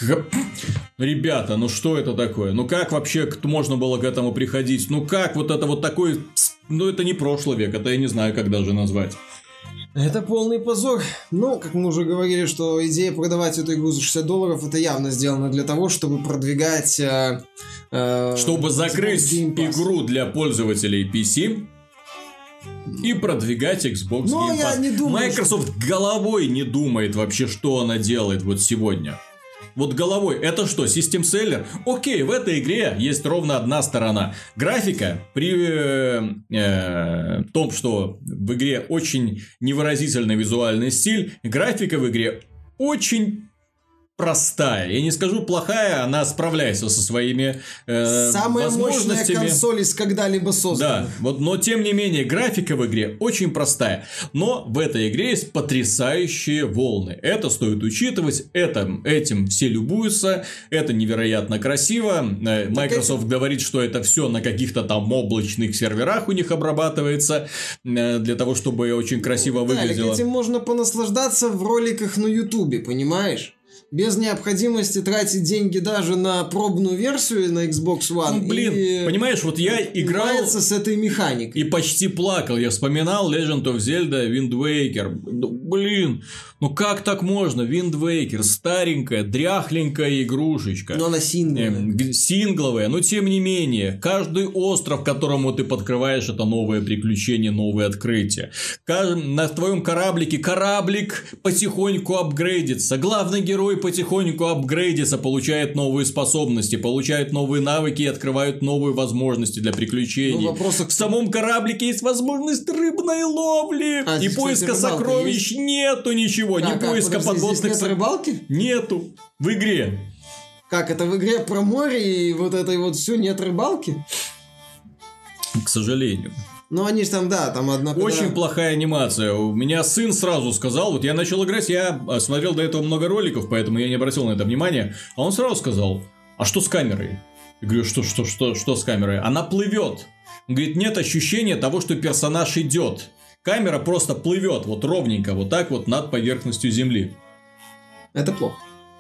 ребята, ну что это такое? Ну как вообще можно было к этому приходить? Ну как вот это вот такой, ну это не прошлый век, это я не знаю, как даже назвать. Это полный позор. Ну, как мы уже говорили, что идея продавать эту игру за шестьдесят долларов, это явно сделано для того, чтобы продвигать... Э, э, чтобы закрыть игру для пользователей пи си... И продвигать Xbox Но Game я Pass. не думаю, Microsoft что... головой не думает вообще, что она делает вот сегодня. Вот головой. Это что, System Seller? Окей, в этой игре есть ровно одна сторона. Графика при э, э, том, что в игре очень невыразительный визуальный стиль, графика в игре очень... простая. Я не скажу плохая, она справляется со своими э, Самая возможностями. мощная консоль из когда-либо создана. Да, вот, но тем не менее графика в игре очень простая. Но в этой игре есть потрясающие волны. Это стоит учитывать, это, этим все любуются, это невероятно красиво. Microsoft это... говорит, что это все на каких-то там облачных серверах у них обрабатывается, для того, чтобы очень красиво да, выглядело. Этим можно понаслаждаться в роликах на Ютубе, понимаешь? Без необходимости тратить деньги даже на пробную версию на Xbox One. Ну, блин, и понимаешь, вот я играл с этой механикой. И почти плакал. Я вспоминал Legend of Zelda Wind Waker. Блин, ну как так можно? Wind Waker, старенькая, дряхленькая игрушечка. Но она сингловая. Э, сингловая, но тем не менее. Каждый остров, которому ты подкрываешь, это новое приключение, новое открытие. На твоем кораблике кораблик потихоньку апгрейдится. Главный герой потихоньку апгрейдится, получает новые способности, получает новые навыки и открывают новые возможности для приключений. Ну, вопросах... В самом кораблике есть возможность рыбной ловли. А, и кстати, поиска сокровищ есть? Нету ничего. А, ни как, поиска подожди, подводных... Здесь нет рыбалки? Нету. В игре. Как, это в игре про море и вот этой вот все нет рыбалки? К сожалению. Ну, они же там, да, там одна... Очень да. плохая анимация. У меня сын сразу сказал, вот я начал играть, я смотрел до этого много роликов, поэтому я не обратил на это внимания. А он сразу сказал, а что с камерой? Я говорю, что, что, что, что с камерой? Она плывет. Он говорит, нет ощущения того, что персонаж идет. Камера просто плывет вот ровненько, вот так вот над поверхностью земли. Это плохо.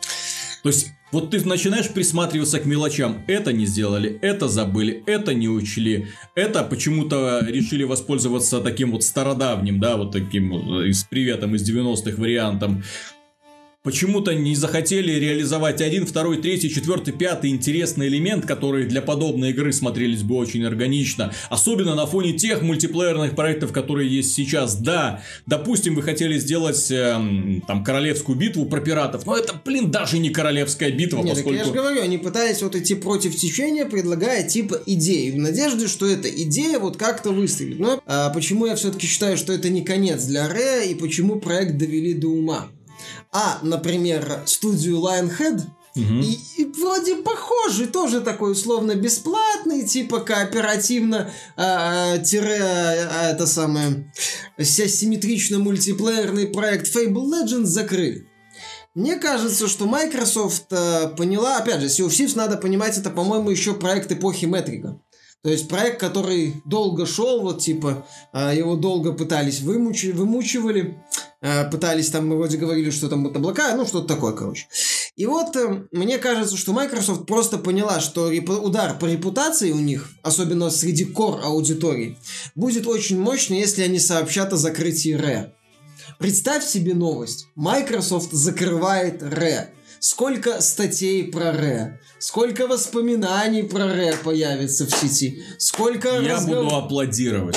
То есть... Вот ты начинаешь присматриваться к мелочам. Это не сделали, это забыли, это не учли. Это почему-то решили воспользоваться таким вот стародавним, да, вот таким с приветом из девяностых вариантом. Почему-то не захотели реализовать один, второй, третий, четвертый, пятый интересный элемент, которые для подобной игры смотрелись бы очень органично. Особенно на фоне тех мультиплеерных проектов, которые есть сейчас. Да, допустим, вы хотели сделать э, там королевскую битву про пиратов, но это, блин, даже не королевская битва. Нет, поскольку... так я же говорю, они пытались вот идти против течения, предлагая типа идеи, в надежде, что эта идея вот как-то выстрелит. Но а почему я все-таки считаю, что это не конец для Rare и почему проект довели до ума? А, например, студию Lionhead, угу. и, и вроде похожий, тоже такой условно бесплатный, типа кооперативно а, тире, а, это самое, симметрично мультиплеерный проект Fable Legends закрыли. Мне кажется, что Microsoft а, поняла, опять же, Sea of Thieves, надо понимать, это, по-моему, еще проект эпохи Метрика. То есть проект, который долго шел, вот типа, его долго пытались вымуч... вымучивали, пытались там, мы вроде говорили, что там вот облака, ну что-то такое, короче. И вот мне кажется, что Microsoft просто поняла, что удар по репутации у них, особенно среди core аудитории, будет очень мощный, если они сообщат о закрытии Rare. Представь себе новость. Microsoft закрывает Rare. Сколько статей про Rare, сколько воспоминаний про Rare появится в сети, сколько... Я разгов... буду аплодировать.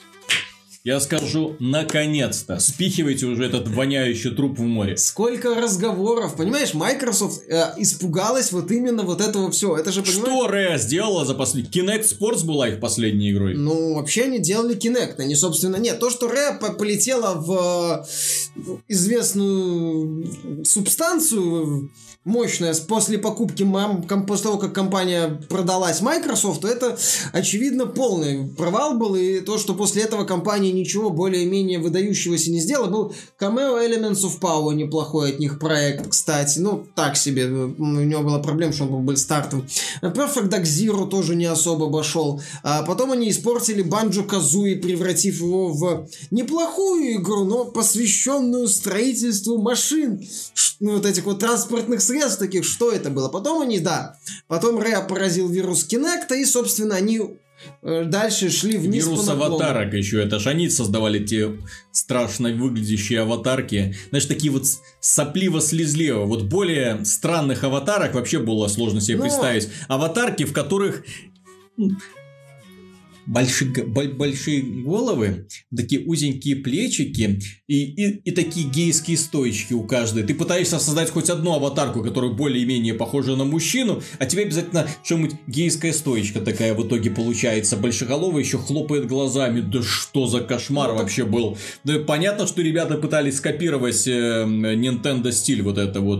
Я скажу, наконец-то, спихивайте уже этот воняющий труп в море. Сколько разговоров, понимаешь, Microsoft э, испугалась вот именно вот этого всего. Это же, понимаешь... Что Rare сделала за последний... Kinect Sports была их последней игрой? Ну, вообще они делали Kinect, они, собственно, нет. То, что Rare полетела в известную субстанцию мощная после покупки, после того, как компания продалась Microsoft, то это, очевидно, полный провал был. И то, что после этого компания ничего более-менее выдающегося не сделала, был Cameo Elements of Power, неплохой от них проект, кстати. Ну, так себе. У него была проблема, что он был стартом. Perfect Dark Zero тоже не особо обошел. А потом они испортили Banjo-Kazooie, превратив его в неплохую игру, но посвященную строительству машин. Ну, вот этих вот транспортных средств таких, что это было. Потом они, да, потом Rare поразил вирус Kinect, и, собственно, они э, дальше шли вниз вирус по наклону. аватарок еще, это ж они создавали те страшно выглядящие аватарки. Знаешь, такие вот сопливо-слезливо. Вот более странных аватарок вообще было сложно себе Но... представить. Аватарки, в которых... Большие, большие головы, такие узенькие плечики и, и, и такие гейские стоечки у каждой. Ты пытаешься создать хоть одну аватарку, которая более-менее похожа на мужчину, а тебе обязательно что-нибудь гейская стоечка такая в итоге получается. Большеголовая еще хлопает глазами. Да что за кошмар ну, вообще был. Да, понятно, что ребята пытались скопировать э, Nintendo стиль вот это вот.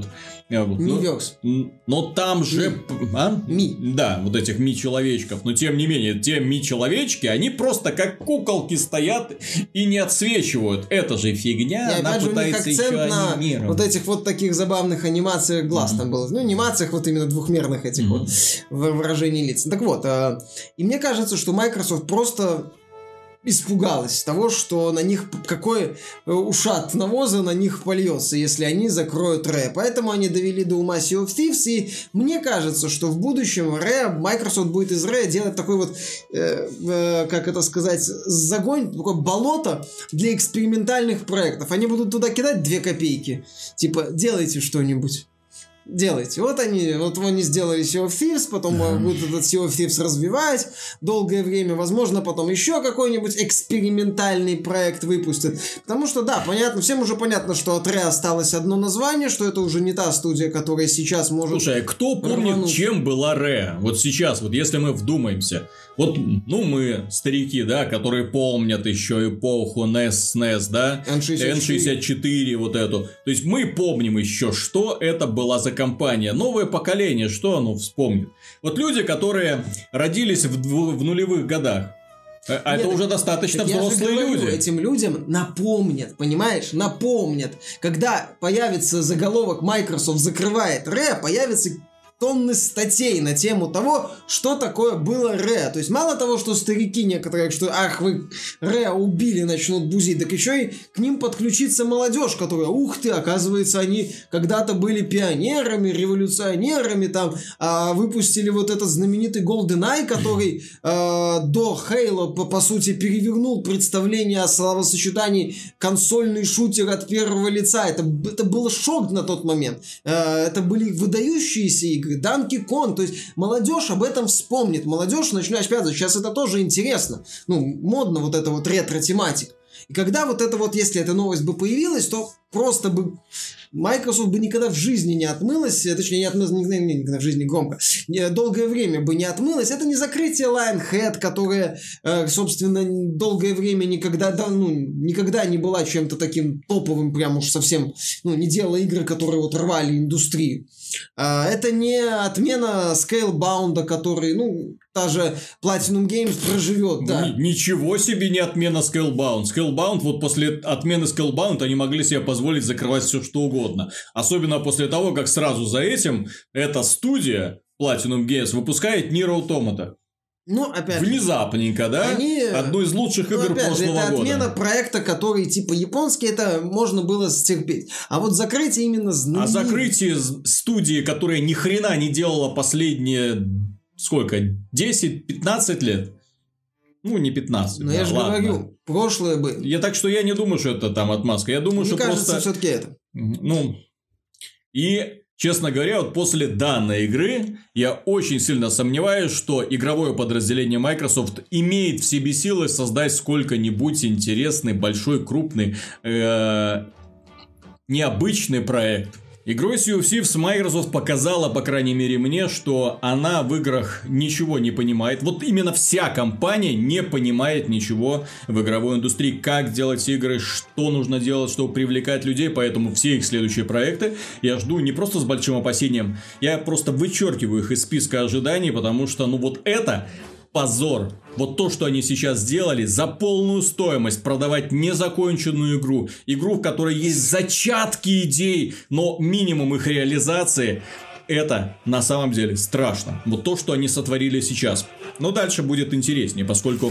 Miiverse. Ну, но там же... Ми. А? Ми. Да, вот этих Ми-человечков. Но тем не менее, те Ми-человечки, они просто как куколки стоят и не отсвечивают. Это же фигня, и она опять же, пытается у них акцент еще на анимировать. вот этих вот таких забавных анимациях глаз mm-hmm. там было. Ну, анимациях вот именно двухмерных этих mm-hmm. вот выражений лиц. Так вот, э, и мне кажется, что Microsoft просто... испугалась того, что на них какой ушат навоза на них польется, если они закроют Rare. Поэтому они довели до ума Sea of Thieves, и мне кажется, что в будущем Rare, Microsoft будет из Rare делать такой вот, э, э, как это сказать, загонь, такое болото для экспериментальных проектов. Они будут туда кидать две копейки. Типа, делайте что-нибудь. Делайте. Вот они, вот они сделали Sea of Thieves, потом uh-huh. будут этот Sea of Thieves развивать долгое время, возможно, потом еще какой-нибудь экспериментальный проект выпустят. Потому что, да, понятно, всем уже понятно, что от Rare осталось одно название, что это уже не та студия, которая сейчас может... Слушай, а кто помнит, рвануть? Чем была Rare? Вот сейчас, вот если мы вдумаемся. Вот, ну, мы, старики, да, которые помнят еще эпоху эн и эс, эн и эс, да? эн шестьдесят четыре. эн шестьдесят четыре, вот эту. То есть, мы помним еще, что это была за компания. Новое поколение, что оно вспомнит? Вот люди, которые родились в, в нулевых годах. А Нет, это уже достаточно взрослые говорю, люди. Этим людям напомнят, понимаешь? Напомнят. Когда появится заголовок «Microsoft закрывает Rare», появится... тонны статей на тему того, что такое было Rare. То есть, мало того, что старики некоторые, что ах, вы Rare убили, начнут бузить, так еще и к ним подключится молодежь, которая, ух ты, оказывается, они когда-то были пионерами, революционерами, там, а, выпустили вот этот знаменитый GoldenEye, который а, до Halo, по, по сути, перевернул представление о словосочетании консольный шутер от первого лица. Это, это был шок на тот момент. А, это были выдающиеся игры. Donkey Kong, то есть молодежь об этом вспомнит, молодежь начнет, опять же, сейчас это тоже интересно, ну, модно вот это вот ретро-тематика. И когда вот это вот, если эта новость бы появилась, то просто бы Microsoft бы никогда в жизни не отмылась, точнее, не отмылась, никогда, никогда в жизни громко, долгое время бы не отмылась. Это не закрытие Lionhead, которое, собственно, долгое время никогда, да, ну, никогда не была чем-то таким топовым, прям уж совсем, ну, не делала игры, которые вот рвали индустрию. Это не отмена Scalebound, который, ну, та же Platinum Games проживет, да. Ничего себе не отмена Scalebound. Scalebound, вот после отмены Scalebound они могли себе позволить закрывать все что угодно. Особенно после того, как сразу за этим эта студия Platinum Games выпускает Nier Automata. Ну, опять внезапненько, да? Они... Одну из лучших игр ну, опять прошлого же, это года. отмена проекта, который типа японский, это можно было стерпеть. А вот закрытие именно знаменитых... А закрытие студии, которая ни хрена не делала последние... Сколько? десять-пятнадцать лет? Ну, не пятнадцать. Но да, я же ладно. говорю, прошлое бы. Я так что я не думаю, что это там отмазка. Я думаю, Мне что кажется, просто... все-таки это. Ну, и... Честно говоря, вот после данной игры я очень сильно сомневаюсь, что игровое подразделение Microsoft имеет в себе силы создать сколько-нибудь интересный, большой, крупный, э- необычный проект. Игрой Sea of Thieves Microsoft показала, по крайней мере мне, что она в играх ничего не понимает. Вот именно вся компания не понимает ничего в игровой индустрии. Как делать игры, что нужно делать, чтобы привлекать людей. Поэтому все их следующие проекты я жду не просто с большим опасением. Я просто вычеркиваю их из списка ожиданий, потому что, ну вот это... позор. Вот то, что они сейчас сделали, за полную стоимость продавать незаконченную игру. Игру, в которой есть зачатки идей, но минимум их реализации. Это на самом деле страшно. Вот то, что они сотворили сейчас. Но дальше будет интереснее, поскольку...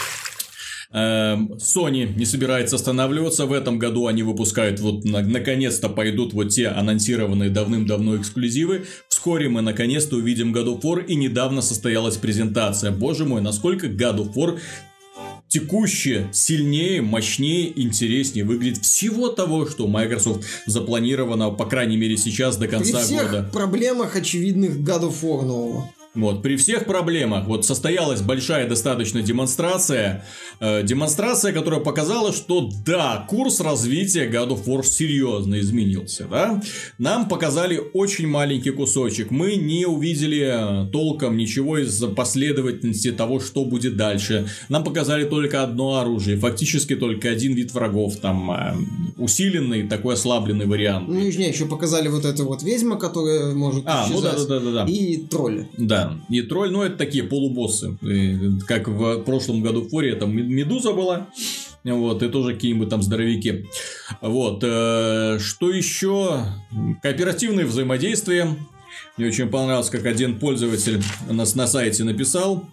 Sony не собирается останавливаться. В этом году они выпускают, вот на- наконец-то пойдут вот те анонсированные давным-давно эксклюзивы. Вскоре мы наконец-то увидим God of War. И недавно состоялась презентация. Боже мой, насколько God of War текущее сильнее, мощнее, интереснее выглядит всего того, что у Microsoft запланировано, по крайней мере сейчас, до конца При всех года. проблемах очевидных God of War нового. Вот, при всех проблемах, вот состоялась большая достаточно демонстрация, э, демонстрация, которая показала, что да, курс развития God of War серьезно изменился, да. Нам показали очень маленький кусочек, мы не увидели толком ничего из последовательности того, что будет дальше. Нам показали только одно оружие, фактически только один вид врагов, там э, усиленный, такой ослабленный вариант. Ну, и еще показали вот эту вот ведьма, которая может а, исчезать, ну да, да, да, да, да. и тролли. Да. И тролль, ну, это такие полубоссы. Как в прошлом году в Форе там Медуза была. Вот, и тоже какие-нибудь там здоровяки. Вот. Что еще? Кооперативное взаимодействие. Мне очень понравилось, как один пользователь нас на сайте написал.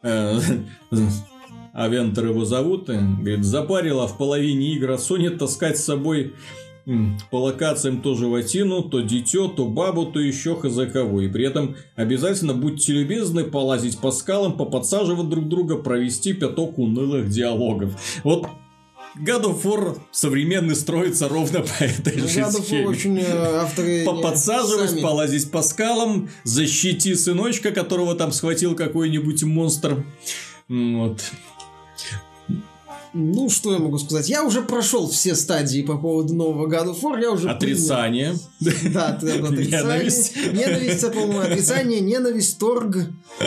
Авентор его зовут. Говорит, запарила в половине игр от Sony таскать с собой... по локациям то животину, то дитё, то бабу, то еще хз кого. И при этом обязательно будьте любезны полазить по скалам, поподсаживать друг друга, провести пяток унылых диалогов. Вот God of War современный строится ровно по этой же схеме. Поподсаживать, полазить по скалам, защити сыночка, которого там схватил какой-нибудь монстр. Вот. Ну, что я могу сказать? Я уже прошел все стадии по поводу нового God of War. Я уже отрицание. Принял. Да, отрицание. Ненависть. Ненависть, по-моему, отрицание, ненависть, торг,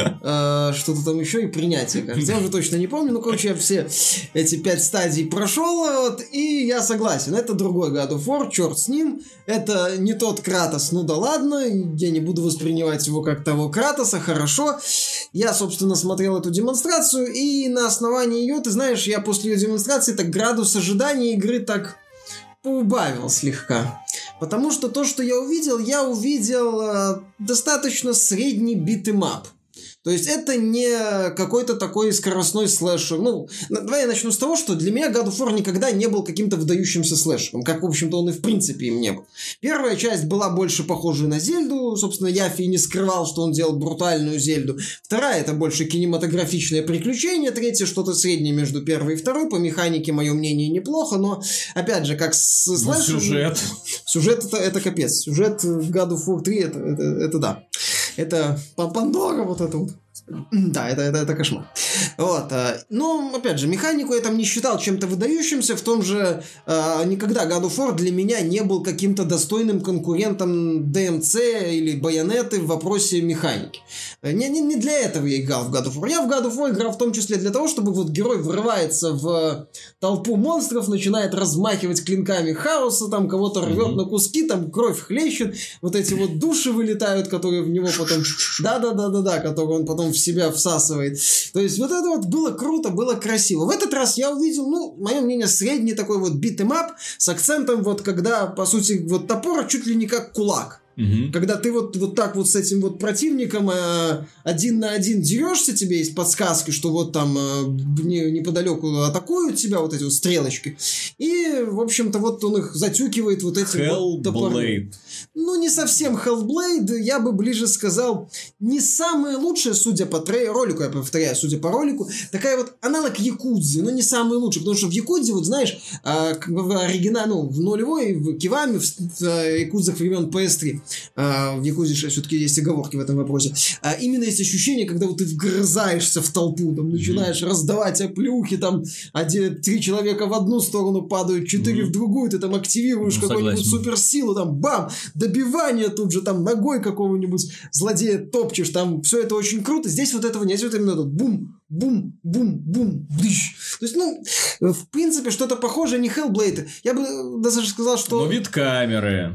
э, что-то там еще и принятие, кажется. Я уже точно не помню. Ну, короче, я все эти пять стадий прошел, вот, и я согласен. Это другой God of War, черт с ним. Это не тот Кратос, ну да ладно. Я не буду воспринимать его как того Кратоса, хорошо. Я, собственно, смотрел эту демонстрацию, и на основании ее, ты знаешь, я после ее демонстрации так градус ожидания игры так поубавил слегка. Потому что то, что я увидел, я увидел э, достаточно средний битэмап. То есть это не какой-то такой скоростной слэшер. Ну, давай я начну с того, что для меня God of War никогда не был каким-то выдающимся слэшером, как, в общем-то, он и в принципе им не был. Первая часть была больше похожа на Зельду, собственно, Яфи не скрывал, что он делал брутальную Зельду. Вторая — это больше кинематографичное приключение, третья — что-то среднее между первой и второй. По механике, мое мнение, неплохо, но, опять же, как с слэшером... Сюжет. Сюжет это, это капец. Сюжет в God of War три это, это, это да. Это Пандора, вот это вот. Да, это, это, это кошмар. Вот. Но, опять же, механику я там не считал чем-то выдающимся. В том же э, никогда God of War для меня не был каким-то достойным конкурентом ди эм си или Байонеты в вопросе механики. Не, не, не для этого я играл в God of War. Я в God of War играл в том числе для того, чтобы вот герой врывается в толпу монстров, начинает размахивать клинками хаоса, там кого-то рвет mm-hmm. на куски, там кровь хлещет, вот эти вот души вылетают, которые в него потом... Да-да-да-да-да, которые он потом в себя всасывает. То есть вот это вот было круто, было красиво. В этот раз я увидел, ну, мое мнение, средний такой вот битэмап с акцентом вот когда, по сути, вот топор чуть ли не как кулак. Угу. Когда ты вот, вот так вот с этим вот противником э, один на один дерешься, тебе есть подсказки, что вот там э, не, неподалеку атакуют тебя вот эти вот стрелочки. И, в общем-то, вот он их затюкивает вот этим вот топором. Ну, не совсем Hellblade, я бы ближе сказал, не самое лучшее, судя по трей- ролику, я повторяю, судя по ролику, такая вот аналог Якудзы, но не самый лучший, потому что в Якудзе, вот знаешь, э, в оригинале, ну, в нулевой, в Кивами, в, в Якудзах времен пи эс три, в Якузе все-таки есть оговорки в этом вопросе. А именно есть ощущение, когда вот ты вгрызаешься в толпу, там начинаешь mm-hmm. раздавать оплюхи, там один, три человека в одну сторону падают, четыре mm-hmm. в другую, ты там активируешь ну, какую-нибудь суперсилу, там бам, добивание тут же, там ногой какого-нибудь злодея топчешь, там все это очень круто. Здесь вот этого нет, здесь вот именно тут бум, бум, бум, бум, дыщ. То есть, ну, в принципе, что-то похожее, не Hellblade. Я бы даже сказал, что... Но вид камеры...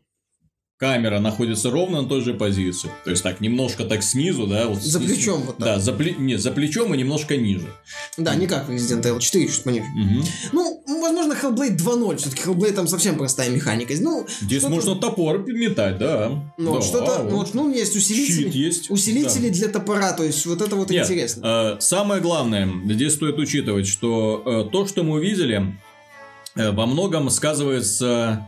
Камера находится ровно на той же позиции. То есть так, немножко так снизу, да. Вот за снизу. Плечом вот так. Да, за, пле... Нет, за плечом и немножко ниже. Да, не как в Resident Evil четыре, чуть пониже. Угу. Ну, возможно, Hellblade два ноль. Все-таки Hellblade там совсем простая механика. Ну, здесь можно топор метать, да. Ну, да, что-то, вот. вот, ну, есть усилители. Щит есть. Усилители да. для топора, то есть вот это вот Нет, интересно. Э, самое главное, здесь стоит учитывать, что э, то, что мы увидели... во многом сказывается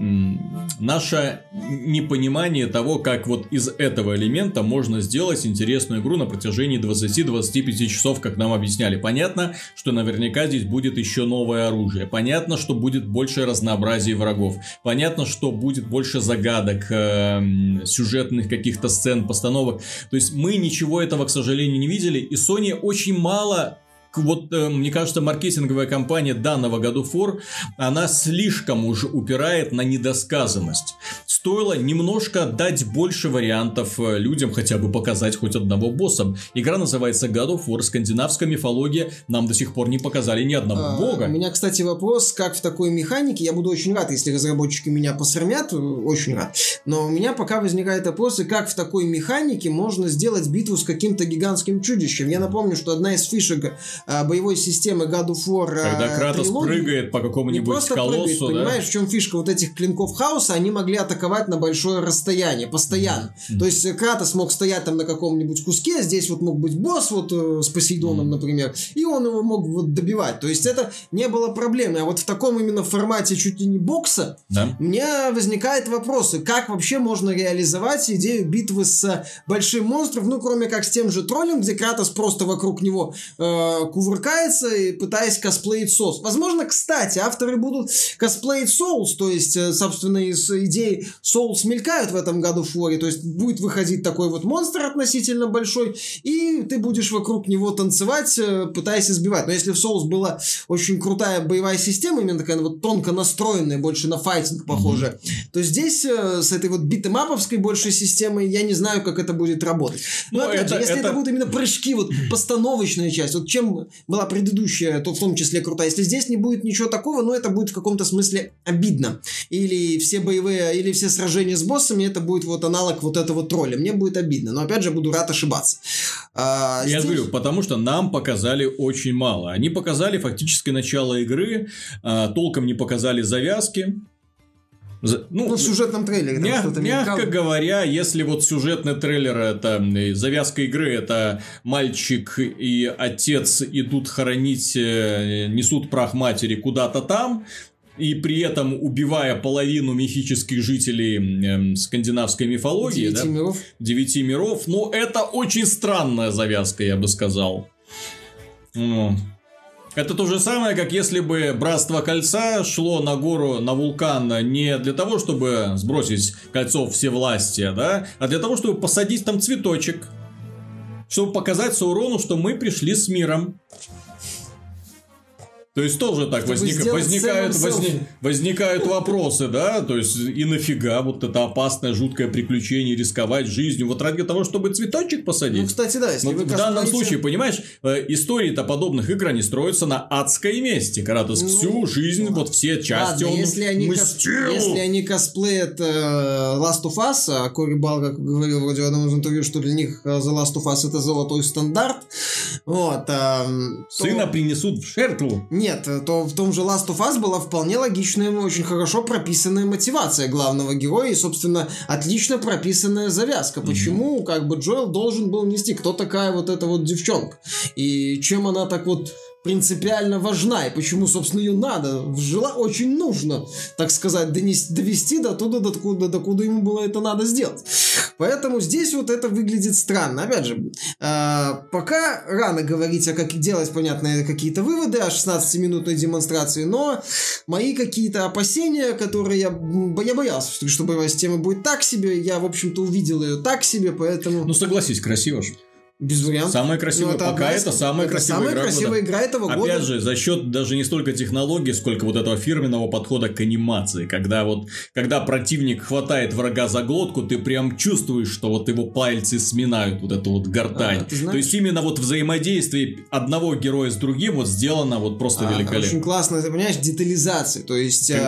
наше непонимание того, как вот из этого элемента можно сделать интересную игру на протяжении двадцати-двадцати пяти часов, как нам объясняли. Понятно, что наверняка здесь будет еще новое оружие. Понятно, что будет больше разнообразия врагов. Понятно, что будет больше загадок, э, сюжетных каких-то сцен, постановок. То есть мы ничего этого, к сожалению, не видели. И Sony очень мало... Вот, э, мне кажется, маркетинговая кампания данного God of War, она слишком уже упирает на недосказанность. Стоило немножко дать больше вариантов людям, хотя бы показать хоть одного босса. Игра называется God of War, скандинавская мифология, нам до сих пор не показали ни одного а, бога. У меня, кстати, вопрос, как в такой механике, я буду очень рад, если разработчики меня посрамят, очень рад, но у меня пока возникает вопрос, как в такой механике можно сделать битву с каким-то гигантским чудищем. Я напомню, что одна из фишек боевой системы God of War когда Кратос трилогии, прыгает по какому-нибудь колоссу, прыгает, да? Понимаешь, в чем фишка вот этих клинков хаоса? Они могли атаковать на большое расстояние, постоянно. Mm-hmm. То есть Кратос мог стоять там на каком-нибудь куске, здесь вот мог быть босс вот с Посейдоном, mm-hmm. например, и он его мог вот добивать. То есть это не было проблемой. А вот в таком именно формате чуть ли не бокса да. у меня возникают вопросы, как вообще можно реализовать идею битвы с большим монстром, ну, кроме как с тем же троллем, где Кратос просто вокруг него э, кувыркается и пытаясь косплеить Souls. Возможно, кстати, авторы будут косплеить Souls, то есть, собственно, из идеи Souls мелькают в этом God of War, то есть будет выходить такой вот монстр относительно большой, и ты будешь вокруг него танцевать, пытаясь избивать. Но если в Souls была очень крутая боевая система, именно такая вот тонко настроенная, больше на файтинг похожая, mm-hmm. то здесь с этой вот битэмаповской большей системой я не знаю, как это будет работать. Но, Но опять это, же, если это... это будут именно прыжки, вот постановочная часть, вот чем была предыдущая, то в том числе крутая. Если здесь не будет ничего такого, ну это будет в каком-то смысле обидно. Или все боевые, или все сражения с боссами, это будет вот аналог вот этого тролля. Мне будет обидно. Но опять же, буду рад ошибаться. А, Я здесь... говорю, потому что нам показали очень мало. Они показали фактически начало игры, а, толком не показали завязки. Ну, ну, в сюжетном трейлере. Мяг, там мягко мелькал. Говоря, если вот сюжетный трейлер, это завязка игры, это мальчик и отец идут хоронить, несут прах матери куда-то там, и при этом убивая половину мифических жителей э, скандинавской мифологии. Девяти да? миров. Девяти миров. Но это очень странная завязка, я бы сказал. Ну... Это то же самое, как если бы Братство Кольца шло на гору, на вулкан не для того, чтобы сбросить кольцо всевластия, да, а для того, чтобы посадить там цветочек, чтобы показать Саурону, что мы пришли с миром. То есть тоже так возник... возникают, возник... возникают вопросы, да, то есть и нафига вот это опасное, жуткое приключение, рисковать жизнью, вот ради того, чтобы цветочек посадить. Ну, кстати, да, если Но вы в данном случае, понимаешь, истории-то подобных игр, они строятся на адской мести. Кратос ну, всю жизнь, ну, вот все части ладно, он если они мстил. Кос... Если они косплеят э, Last of Us, а Кори Бал, как говорил вроде в одном из интервью, что для них The Last of Us это золотой стандарт, вот. Э, Сына то... принесут в жертву. Нет, то в том же Last of Us была вполне логичная, очень хорошо прописанная мотивация главного героя и, собственно, отлично прописанная завязка. Почему, mm-hmm. как бы, Джоэл должен был нести, кто такая вот эта вот девчонка, и чем она так вот принципиально важна, и почему, собственно, ее надо, жила, очень нужно, так сказать, донести, довести до туда, до куда, до куда ему было это надо сделать. Поэтому здесь вот это выглядит странно. Опять же, э, пока рано говорить, а как делать, понятно, какие-то выводы о шестнадцатиминутной демонстрации, но мои какие-то опасения, которые я, я боялся, что боевая система будет так себе, я, в общем-то, увидел ее так себе, поэтому... Ну, согласись, красиво же. Без вариантов. Самая красивая, ну, это пока это самая это красивая, самая игра, красивая года. игра этого Опять года. Опять же, за счет даже не столько технологий, сколько вот этого фирменного подхода к анимации. Когда вот, когда противник хватает врага за глотку, ты прям чувствуешь, что вот его пальцы сминают вот эту вот гортань. А, то есть, именно вот взаимодействие одного героя с другим вот сделано вот просто а, великолепно. Очень классно, ты понимаешь, детализация. То есть... Ты...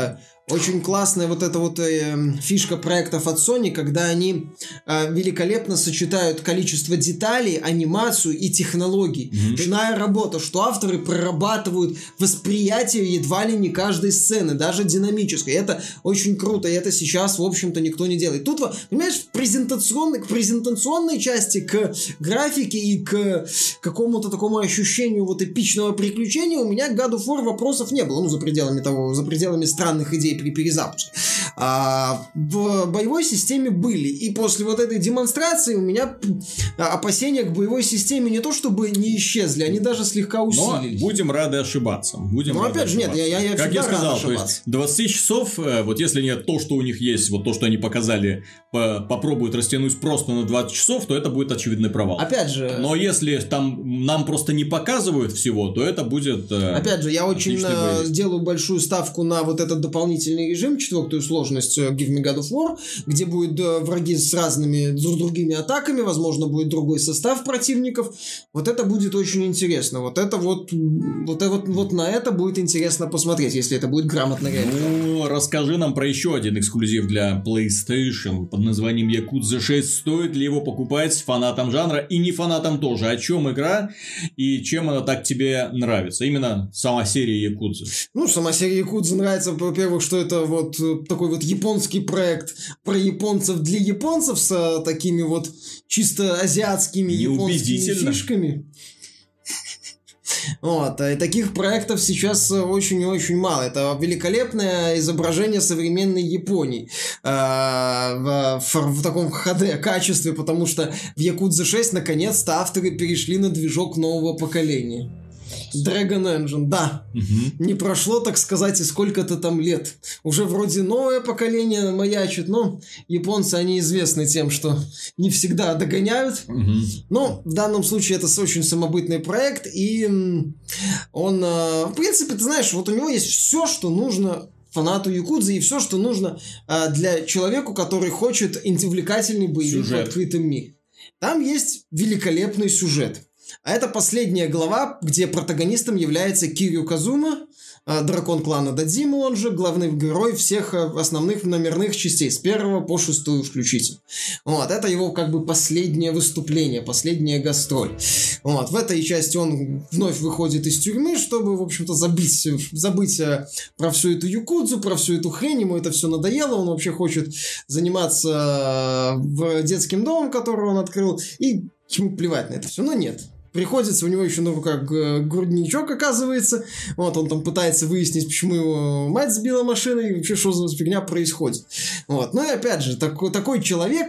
Очень классная вот эта вот э, фишка проектов от Sony, когда они э, великолепно сочетают количество деталей, анимацию и технологий. Mm-hmm. Ручная работа, что авторы прорабатывают восприятие едва ли не каждой сцены, даже динамической. Это очень круто, и это сейчас, в общем-то, никто не делает. Тут, понимаешь, в презентационной, к презентационной части, к графике и к какому-то такому ощущению вот эпичного приключения у меня к God of War вопросов не было, ну, за пределами того, за пределами странных идей при перезапуске. А, в боевой системе были. И после вот этой демонстрации у меня опасения к боевой системе не то чтобы не исчезли, они даже слегка усилились. Но будем рады ошибаться. Будем ну, рады опять же, ошибаться. нет, я, я как я сказал, то есть двадцать часов, вот если нет то, что у них есть, вот то, что они показали, по, попробуют растянуть просто на двадцать часов, то это будет очевидный провал. Опять же... Но если там нам просто не показывают всего, то это будет... Опять же, я очень делаю большую ставку на вот этот дополнительный режим, четвертую сложность Give Me God of War, где будут враги с разными с другими атаками, возможно, будет другой состав противников. Вот это будет очень интересно. Вот это вот, вот, вот, вот на это будет интересно посмотреть, если это будет грамотно реализовано. Ну, расскажи нам про еще один эксклюзив для PlayStation под названием Yakuza шесть. Стоит ли его покупать фанатам жанра и не фанатам тоже? О чем игра и чем она так тебе нравится? Именно сама серия Yakuza. Ну, сама серия Yakuza нравится, во-первых, что это вот такой вот японский проект про японцев для японцев с такими вот чисто азиатскими японскими фишками. Вот, и таких проектов сейчас очень и очень мало. Это великолепное изображение современной Японии э, в, в, в таком эйч ди качестве, потому что в Yakuza шесть наконец-то авторы перешли на движок нового поколения. Dragon Engine, да. Угу. Не прошло, так сказать, и сколько-то там лет. Уже вроде новое поколение маячит, но японцы, они известны тем, что не всегда догоняют. Угу. Но в данном случае это очень самобытный проект, и он, в принципе, ты знаешь, вот у него есть все, что нужно фанату Якудзы, и все, что нужно для человеку, который хочет увлекательный боевик сюжет в открытом мире. Там есть великолепный сюжет. А это последняя глава, где протагонистом является Кирю Казума, дракон клана Додзима, он же главный герой всех основных номерных частей, с первого по шестую включительно. Вот, это его как бы последнее выступление, последняя гастроль. Вот, в этой части он вновь выходит из тюрьмы, чтобы, в общем-то, забыть, забыть про всю эту якудзу, про всю эту хрень, ему это все надоело, он вообще хочет заниматься в детским домом, который он открыл, и ему плевать на это все, но нет. Приходится, у него еще на руках грудничок, оказывается. Вот, он там пытается выяснить, почему его мать сбила машиной, и вообще, что за фигня происходит. Вот. Ну и опять же, такой, такой человек,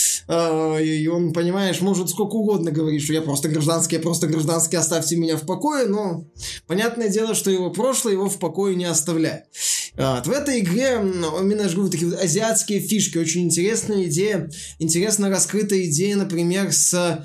э, и он, понимаешь, может сколько угодно говорить, что я просто гражданский, я просто гражданский, оставьте меня в покое, но понятное дело, что его прошлое его в покое не оставляет. Вот. В этой игре, именно, я же говорю, такие вот азиатские фишки, очень интересная идея, интересно раскрыта идея, например, с...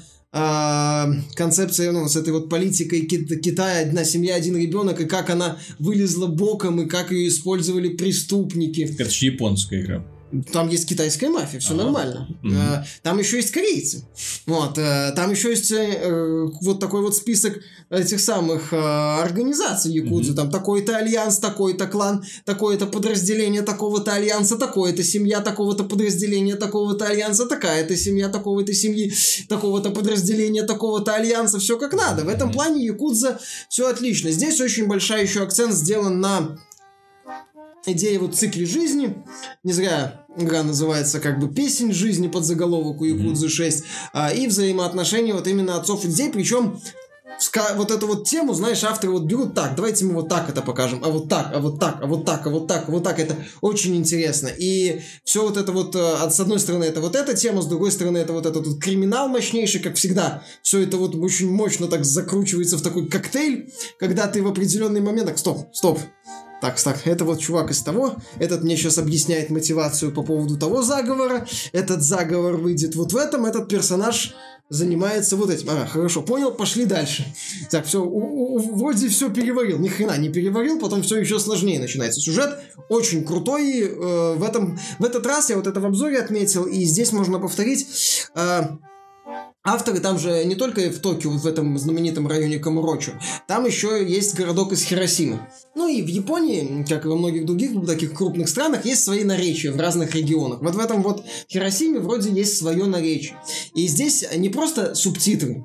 концепция, ну, с этой вот политикой Китая, одна семья, один ребенок, и как она вылезла боком, и как ее использовали преступники. Это же японская игра. Там есть китайская мафия, все А-а-а. нормально. Mm-hmm. Там еще есть корейцы. Вот. Там еще есть вот такой вот список этих самых организаций якудзы. Mm-hmm. Там такой-то альянс, такой-то клан, такое-то подразделение такого-то альянса, такое-то семья такого-то подразделения такого-то альянса, такая-то семья такого-то семьи, такого-то подразделения такого-то альянса. Все как надо. В этом плане якудза все отлично. Здесь очень большой еще акцент сделан на идея вот цикле жизни. Не зря игра называется как бы «Песнь жизни» под заголовок у Якудзы шесть. А, и взаимоотношения вот именно отцов и детей. Причем вот эту вот тему, знаешь, авторы вот берут так, давайте мы вот так это покажем, а вот так, а вот так, а вот так, а вот так, а вот так. Это очень интересно. И все вот это вот, с одной стороны, это вот эта тема, с другой стороны, это вот этот вот криминал мощнейший, как всегда. Все это вот очень мощно так закручивается в такой коктейль, когда ты в определенный момент... Так, стоп, стоп. Так, так, это вот чувак из того, этот мне сейчас объясняет мотивацию по поводу того заговора, этот заговор выйдет вот в этом, этот персонаж занимается вот этим. Ага, хорошо, понял, пошли дальше. Так, все, у, у, вроде все переварил, ни хрена не переварил, потом все еще сложнее начинается. Сюжет очень крутой, э, в, этом, в этот раз я вот это в обзоре отметил, и здесь можно повторить... Э, авторы там же не только в Токио, в этом знаменитом районе Камурочо, там еще есть городок из Хиросимы. Ну и в Японии, как и во многих других таких крупных странах, есть свои наречия в разных регионах. Вот в этом вот Хиросиме вроде есть свое наречие. И здесь не просто субтитры,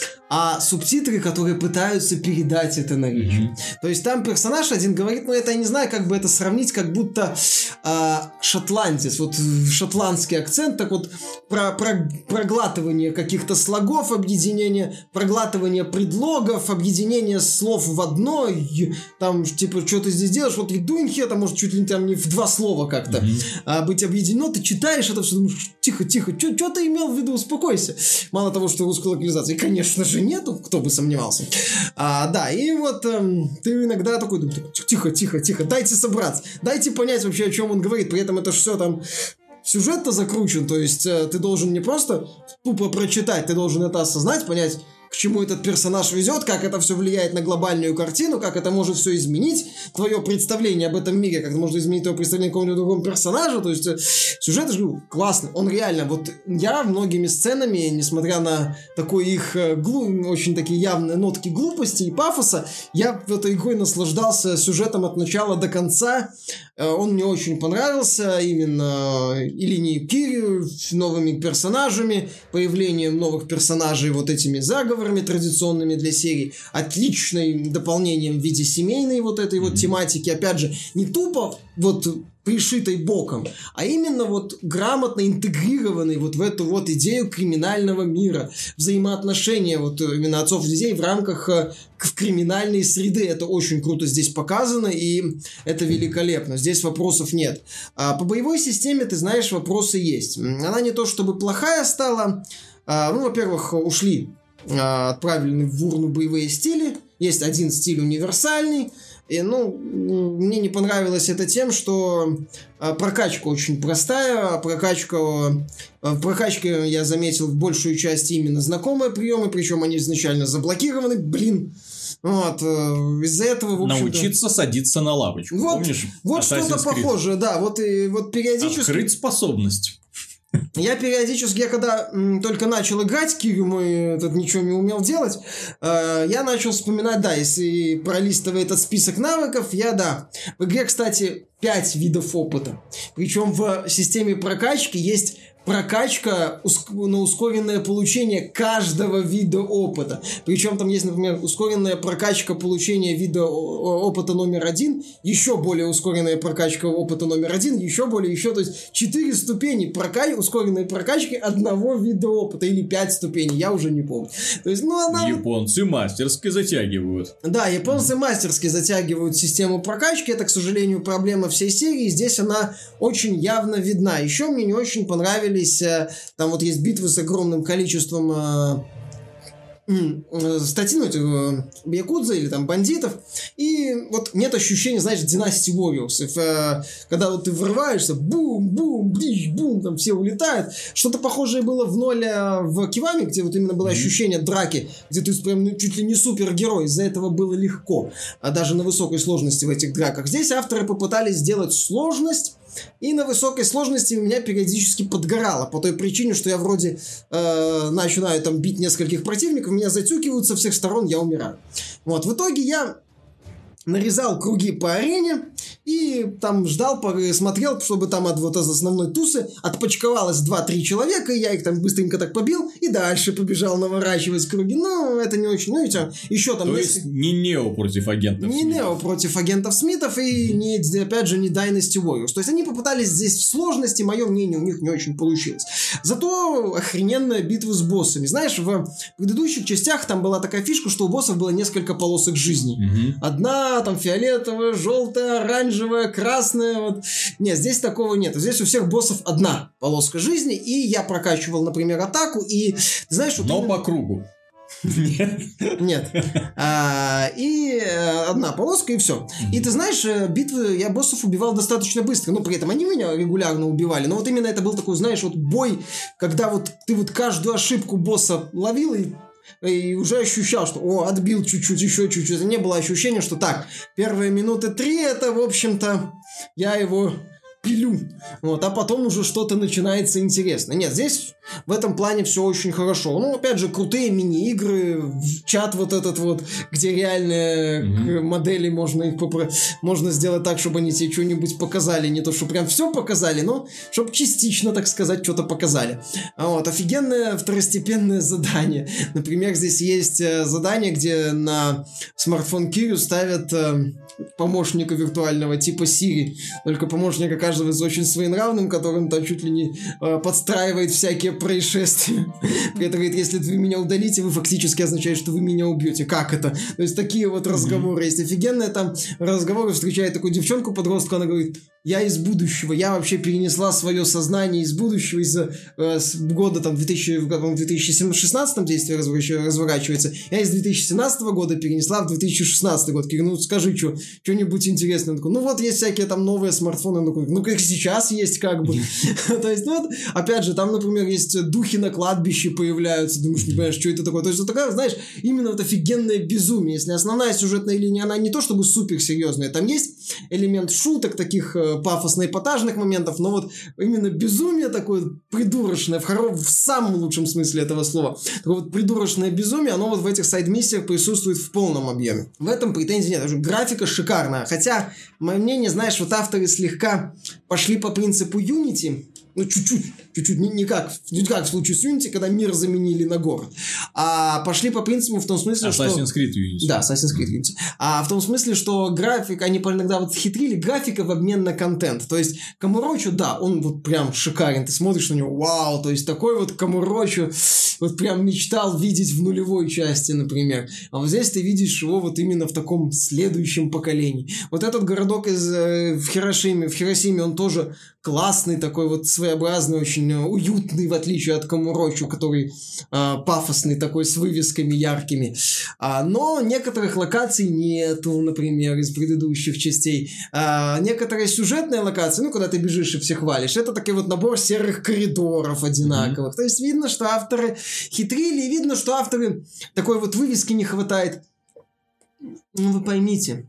а субтитры, которые пытаются передать это наречие. Mm-hmm. То есть там персонаж один говорит, ну это я не знаю, как бы это сравнить, как будто э, шотландец, вот шотландский акцент, так вот про, про, проглатывание каких-то слогов, объединение, проглатывание предлогов, объединение слов в одно, и, там типа, что ты здесь делаешь, вот ведуньхи, это может чуть ли там не в два слова как-то mm-hmm. а, быть объединено, ты читаешь это, все думаешь, тихо, тихо, что ты имел в виду, успокойся. Мало того, что русской локализации, конечно же, нету, кто бы сомневался. А, да, и вот эм, ты иногда такой думаешь, тихо, тихо, тихо, дайте собраться, дайте понять вообще, о чем он говорит, при этом это же все там сюжет-то закручен, то есть э, ты должен не просто тупо прочитать, ты должен это осознать, понять, к чему этот персонаж везет, как это все влияет на глобальную картину, как это может все изменить, твое представление об этом мире, как это может изменить твое представление о каком-нибудь другом персонаже, то есть сюжет, я же говорю, классный, он реально, вот я многими сценами, несмотря на такой их глу... очень такие явные нотки глупости и пафоса, я в этой игре наслаждался сюжетом от начала до конца, он мне очень понравился, именно и линии Кирью, новыми персонажами, появлением новых персонажей вот этими заговорами традиционными для серии, отличным дополнением в виде семейной вот этой вот тематики, опять же, не тупо вот пришитой боком, а именно вот грамотно интегрированный вот в эту вот идею криминального мира, взаимоотношения вот именно отцов и детей в рамках э, криминальной среды. Это очень круто здесь показано, и это великолепно. Здесь вопросов нет. А по боевой системе, ты знаешь, вопросы есть. Она не то чтобы плохая стала, а, ну, во-первых, ушли отправлены в урну боевые стили. Есть один стиль универсальный. И, ну, мне не понравилось это тем, что прокачка очень простая. Прокачка, в прокачке я заметил в большую часть именно знакомые приемы, причем они изначально заблокированы. Блин. Вот, из-за этого, в общем-то... Научиться садиться на лавочку. Вот, помнишь? Вот что-то похожее, да. Вот, и, вот периодически... Открыть способность. Я периодически, я когда м, только начал играть, Кирю мой этот ничего не умел делать, э, я начал вспоминать, да, если пролистывая этот список навыков, я, да. В игре, кстати, пять видов опыта. Причем в системе прокачки есть прокачка на ускоренное получение каждого вида опыта. Причем там есть, например, ускоренная прокачка получения вида опыта номер один, еще более ускоренная прокачка опыта номер один, еще более, еще, то есть четыре ступени прокач... ускоренной прокачки одного вида опыта, или пять ступеней, я уже не помню. То есть, ну, она... Японцы мастерски затягивают. Да, японцы mm-hmm. мастерски затягивают систему прокачки, это, к сожалению, проблема всей серии, здесь она очень явно видна. Еще мне не очень понравились там вот есть битвы с огромным количеством э, э, статей, ну, э, якудза или там бандитов, и вот нет ощущения, знаешь, династии Warriors, э, когда вот ты врываешься, бум-бум, блиш-бум, там все улетают, что-то похожее было в ноль в Кивами, где вот именно было ощущение драки, где ты прям ну, чуть ли не супергерой, из-за этого было легко, а даже на высокой сложности в этих драках. Здесь авторы попытались сделать сложность, и на высокой сложности у меня периодически подгорало. По той причине, что я вроде э, начинаю там бить нескольких противников, меня затюкивают со всех сторон, я умираю. Вот, в итоге я нарезал круги по арене и там ждал, смотрел, чтобы там от вот основной тусы отпочковалось два-три человека, и я их там быстренько так побил и дальше побежал наворачивать круги. Ну, это не очень... Ну, и что, еще там... То несколько... есть не Нео против агентов Не Смитов. Нео против агентов Смитов и, не, опять же, не Dynasty Warriors. То есть они попытались здесь в сложности, мое мнение, у них не очень получилось. Зато охрененная битва с боссами. Знаешь, в предыдущих частях там была такая фишка, что у боссов было несколько полосок жизни. Угу. Одна там фиолетовая, желтая, оранжевая, красная. Вот. Нет, здесь такого нет. Здесь у всех боссов одна полоска жизни, и я прокачивал, например, атаку, и ты знаешь... Вот Но именно... по кругу. Нет. Нет. А, и одна полоска, и все. И ты знаешь, битвы я боссов убивал достаточно быстро. Ну, при этом они меня регулярно убивали. Но вот именно это был такой, знаешь, вот бой, когда вот ты вот каждую ошибку босса ловил и И уже ощущал, что о, отбил чуть-чуть, еще чуть-чуть. Не было ощущения, что так, первые минуты три, это, в общем-то, я его пилю. Вот, а потом уже что-то начинается интересно. Нет, здесь В этом плане все очень хорошо. Ну, опять же, крутые мини-игры, чат вот этот вот, где реальные mm-hmm. модели, можно их попро... можно сделать так, чтобы они тебе что-нибудь показали. Не то, что прям все показали, но чтобы частично, так сказать, что-то показали. Вот. Офигенное второстепенное задание. Например, здесь есть задание, где на смартфон Кирю ставят помощника виртуального типа Siri. Только помощник оказывается очень своенравным, которым там чуть ли не подстраивает всякие происшествия. При этом говорит, если вы меня удалите, вы фактически означает, что вы меня убьете. Как это? То есть такие вот разговоры есть. Офигенные там разговоры. Встречает такую девчонку-подростка, она говорит, я из будущего, я вообще перенесла свое сознание из будущего, из э, года там две тысячи, в две тысячи шестнадцатом действие разворачивается, я из две тысячи семнадцатого года перенесла в две тысячи шестнадцатый год. Кирилл, ну скажи, что, что-нибудь интересное. Он такой, ну вот есть всякие там новые смартфоны, он такой, ну как сейчас есть как бы. То есть, ну вот, опять же, там, например, есть духи на кладбище появляются, думаешь, не понимаешь, что это такое. То есть, вот такая, знаешь, именно вот офигенное безумие. Если основная сюжетная линия, она не то чтобы суперсерьезная, там есть элемент шуток, таких пафосно-эпатажных моментов, но вот именно безумие такое придурочное, в, хоро... в самом лучшем смысле этого слова, такое вот придурочное безумие, оно вот в этих сайд-миссиях присутствует в полном объеме. В этом претензий нет. Графика шикарная. Хотя, мое мнение, знаешь, вот авторы слегка пошли по принципу Unity, ну, чуть-чуть, чуть-чуть, не, не, как, не как в случае с Unity, когда мир заменили на город, а пошли по принципу в том смысле, Assassin's что... Assassin's Creed Unity. Да, Assassin's Creed Unity. А в том смысле, что график, они иногда вот хитрили, графика в обмен на контент. То есть, Камурочу, да, он вот прям шикарен, ты смотришь на него, вау, то есть, такой вот Камурочу вот прям мечтал видеть в нулевой части, например. А вот здесь ты видишь его вот именно в таком следующем поколении. Вот этот городок из, э, в Хиросиме, в Хиросиме, он тоже классный, такой вот своеобразный, очень уютный, в отличие от Камурочу, который э, пафосный, такой с вывесками яркими. А, но некоторых локаций нету, например, из предыдущих частей. А, некоторые сюжетные локации, ну, когда ты бежишь и всех валишь, это такой вот набор серых коридоров одинаковых. Mm-hmm. То есть видно, что авторы хитрили, и видно, что авторы такой вот вывески не хватает. Ну, вы поймите,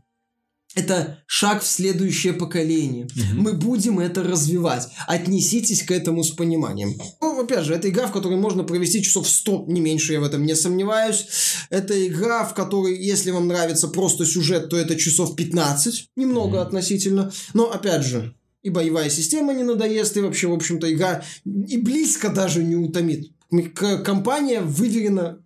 это шаг в следующее поколение. Mm-hmm. Мы будем это развивать. Отнеситесь к этому с пониманием. Ну, опять же, это игра, в которой можно провести часов сто, не меньше, я в этом не сомневаюсь. Это игра, в которой, если вам нравится просто сюжет, то это часов пятнадцать. Немного mm-hmm. относительно. Но, опять же, и боевая система не надоест, и вообще, в общем-то, игра и близко даже не утомит. Компания выверена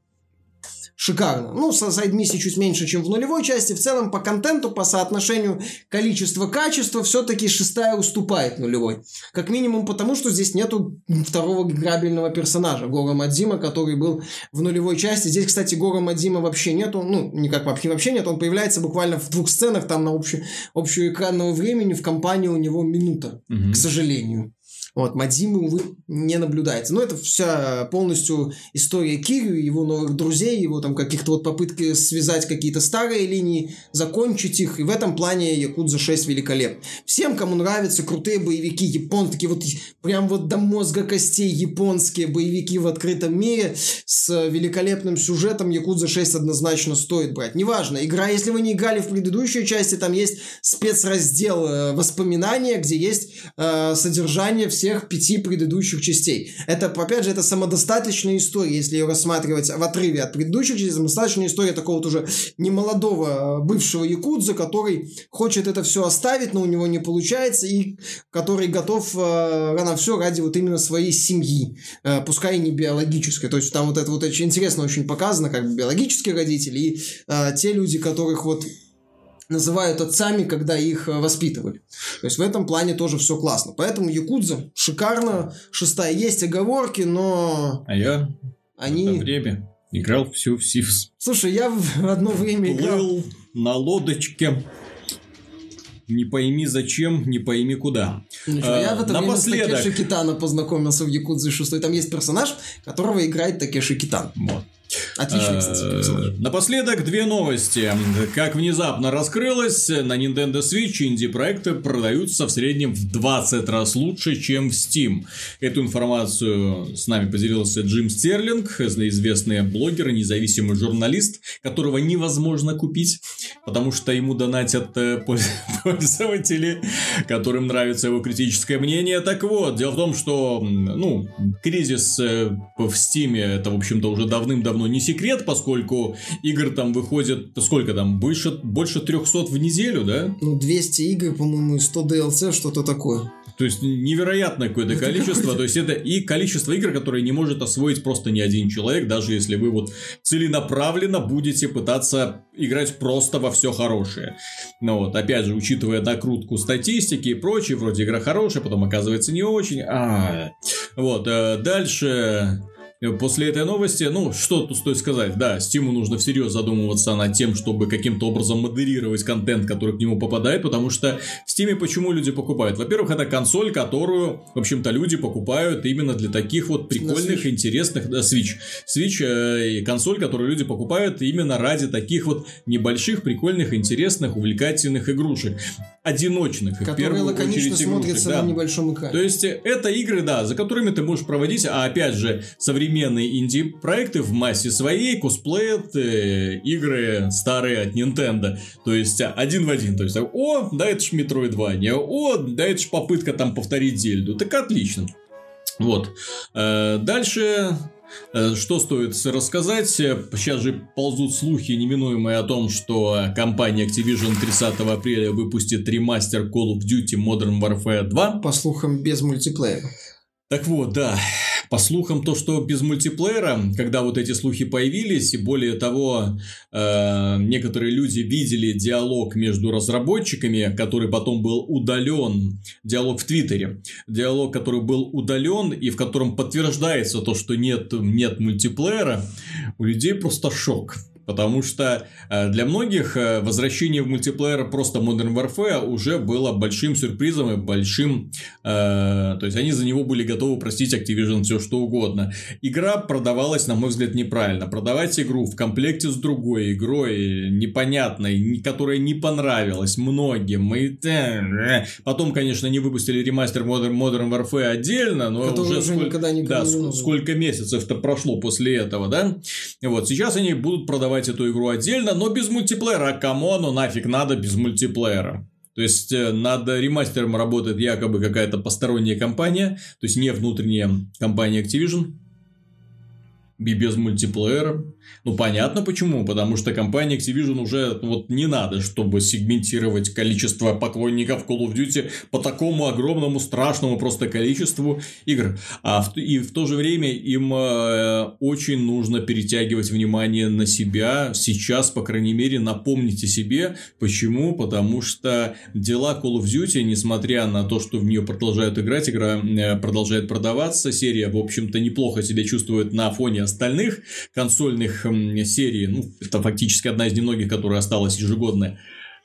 шикарно. Ну, сайд-миссий чуть меньше, чем в нулевой части. В целом, по контенту, по соотношению количества-качества, все-таки шестая уступает нулевой. Как минимум потому, что здесь нету второго играбельного персонажа, Гора Мадзима, который был в нулевой части. Здесь, кстати, Гора Мадзима вообще нету. Ну, никак вообще, вообще нет. Он появляется буквально в двух сценах, там на общую, общую экранного времени. В компании у него минута, mm-hmm. к сожалению. Вот, Мадзимы, увы, не наблюдается. Но это вся полностью история Кирю, его новых друзей, его там каких-то вот попытки связать какие-то старые линии, закончить их. И в этом плане Якудза шесть великолепен. Всем, кому нравятся крутые боевики, японские, такие вот прям вот до мозга костей японские боевики в открытом мире с великолепным сюжетом, Якудза шесть однозначно стоит брать. Неважно, игра, если вы не играли в предыдущей части, там есть спецраздел э, воспоминания, где есть э, содержание всех всех пяти предыдущих частей. Это, опять же, это самодостаточная история, если ее рассматривать в отрыве от предыдущих частей, самодостаточная история такого вот уже немолодого бывшего якудза, который хочет это все оставить, но у него не получается, и который готов э, на все ради вот именно своей семьи, э, пускай и не биологической. То есть там вот это вот очень интересно очень показано, как бы биологические родители и э, те люди, которых вот называют отцами, когда их воспитывали. То есть в этом плане тоже все классно. Поэтому Якудза шикарно. Шестая есть оговорки, но... А я они... в это время играл всю в Сивс. Слушай, я в одно время играл... Плыл на лодочке. Не пойми зачем, не пойми куда. Ничего, а, я в это напоследок... время с Такеши Китано познакомился в Якудзе шесть. Там есть персонаж, которого играет Такеши Китано. Вот. Отличный, кстати, персонаж. Напоследок две новости. Как внезапно раскрылось, на Nintendo Switch инди-проекты продаются в среднем в двадцать раз лучше, чем в Steam. Эту информацию с нами поделился Джим Стерлинг, известный блогер и независимый журналист, которого невозможно купить. потому что ему донатят э, пользователи, которым нравится его критическое мнение. Так вот, дело в том, что, ну, кризис э, в Steam это, в общем-то, уже давным-давно не секрет, поскольку игр там выходит, сколько там, больше, больше трехсот в неделю, да? Ну, двести игр, по-моему, и сто ди эл си, что-то такое. То есть, невероятное какое-то это количество. Какое-то... То есть, это и количество игр, которые не может освоить просто ни один человек, даже если вы вот целенаправленно будете пытаться играть просто во все хорошее. Ну вот, опять же, учитывая накрутку статистики и прочее, вроде игра хорошая, потом оказывается не очень. А-а-а. Вот, дальше... После этой новости, ну, что тут стоит сказать? Да, Steam'у нужно всерьез задумываться над тем, чтобы каким-то образом модерировать контент, который к нему попадает, потому что в Steam'е почему люди покупают? Во-первых, это консоль, которую, в общем-то, люди покупают именно для таких вот прикольных, интересных... Да, Switch. Switch э, консоль, которую люди покупают именно ради таких вот небольших, прикольных, интересных, увлекательных игрушек. Одиночных, в первую очередь, смотрятся да. на небольшом экране. То есть, это игры, да, за которыми ты можешь проводить, а опять же, современные инди-проекты в массе своей косплеят э, игры старые от Nintendo. То есть, один в один. То есть, о, да это ж Metroidvania, о, да это ж попытка там повторить Зельду. Так отлично. Вот. Э, дальше... Что стоит рассказать? Сейчас же ползут слухи неминуемые о том, что компания Activision тридцатого апреля выпустит ремастер Call of Duty Modern Warfare два. По слухам, без мультиплеера. Так вот, да. По слухам, то, что без мультиплеера, когда вот эти слухи появились, и более того, э, некоторые люди видели диалог между разработчиками, который потом был удален, диалог в Твиттере, диалог, который был удален и в котором подтверждается то, что нет, нет мультиплеера, у людей просто шок. Потому что для многих возвращение в мультиплеер просто Modern Warfare уже было большим сюрпризом и большим... Э, то есть, они за него были готовы простить Activision все что угодно. Игра продавалась, на мой взгляд, неправильно. Продавать игру в комплекте с другой игрой непонятной, которая не понравилась многим. И... Потом, конечно, не выпустили ремастер Modern, Modern Warfare отдельно, но который уже, уже сколько, никогда не да, сколько, сколько месяцев-то прошло после этого, да? Вот, сейчас они будут продавать эту игру отдельно, но без мультиплеера. А кому оно нафиг надо без мультиплеера? То есть, над ремастером работает якобы какая-то посторонняя компания, то есть, не внутренняя компания Activision. И без мультиплеера. Ну, понятно почему. Потому что компания Activision уже вот не надо, чтобы сегментировать количество поклонников Call of Duty по такому огромному, страшному просто количеству игр. А в, и в то же время им э, очень нужно перетягивать внимание на себя. Сейчас, по крайней мере, напомните себе. Почему? Потому что дела Call of Duty, несмотря на то, что в нее продолжают играть, игра э, продолжает продаваться. Серия, в общем-то, неплохо себя чувствует на фоне остальных консольных серий. Ну, это фактически одна из немногих, которая осталась ежегодная.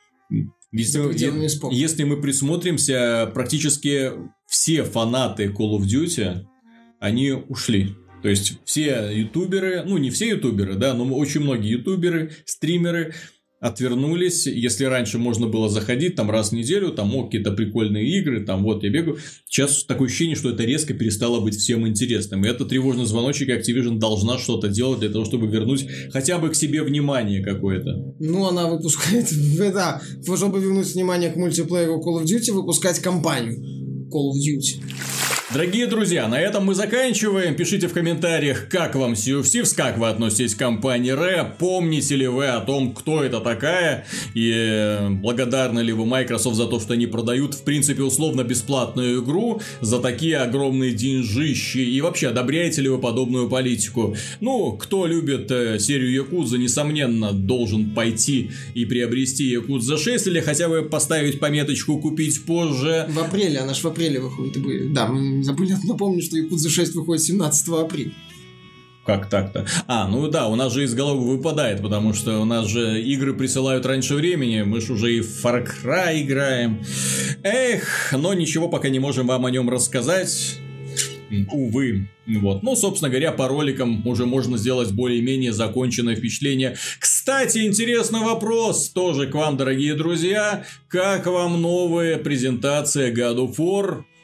Если, если мы присмотримся, практически все фанаты Call of Duty, они ушли. То есть, все ютуберы, ну, не все ютуберы, да, но очень многие ютуберы, стримеры отвернулись. Если раньше можно было заходить там раз в неделю, там, о, какие-то прикольные игры, там, вот, я бегаю. Сейчас такое ощущение, что это резко перестало быть всем интересным. И это тревожный звоночек, и Activision должна что-то делать для того, чтобы вернуть хотя бы к себе внимание какое-то. Ну, она выпускает, да, чтобы вернуть внимание к мультиплееру Call of Duty, выпускать кампанию Call of Duty. Дорогие друзья, на этом мы заканчиваем. Пишите в комментариях, как вам Sea of Thieves, как вы относитесь к компании Rare, помните ли вы о том, кто это такая, и благодарны ли вы Microsoft за то, что они продают, в принципе, условно-бесплатную игру за такие огромные деньжищи, и вообще, одобряете ли вы подобную политику? Ну, кто любит э, серию Якудза, несомненно, должен пойти и приобрести Якудза шесть, или хотя бы поставить пометочку «Купить позже». В апреле, она ж в апреле выходит. Да, мы забыли напомнить, что Якудза шесть выходит семнадцатого апреля. Как так-то? А, ну да, у нас же из головы выпадает, потому что у нас же игры присылают раньше времени, мы ж уже и в Far Cry играем. Эх, но ничего пока не можем вам о нем рассказать. Увы. Вот. Ну, собственно говоря, по роликам уже можно сделать более-менее законченное впечатление. Кстати, интересный вопрос тоже к вам, дорогие друзья. Как вам новая презентация God of War?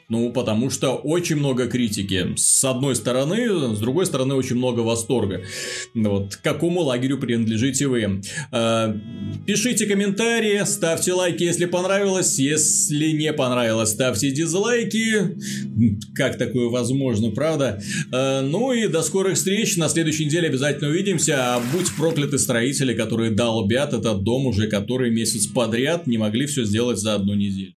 Ну, потому что очень много критики. С одной стороны, с другой стороны, очень много восторга. Вот, к какому лагерю принадлежите вы? Э, пишите комментарии, ставьте лайки, если понравилось. Если не понравилось, ставьте дизлайки. Как такое возможно, правда? Э, ну и до скорых встреч. На следующей неделе обязательно увидимся. А будь прокляты строители, которые долбят этот дом уже который месяц подряд, не могли все сделать за одну неделю.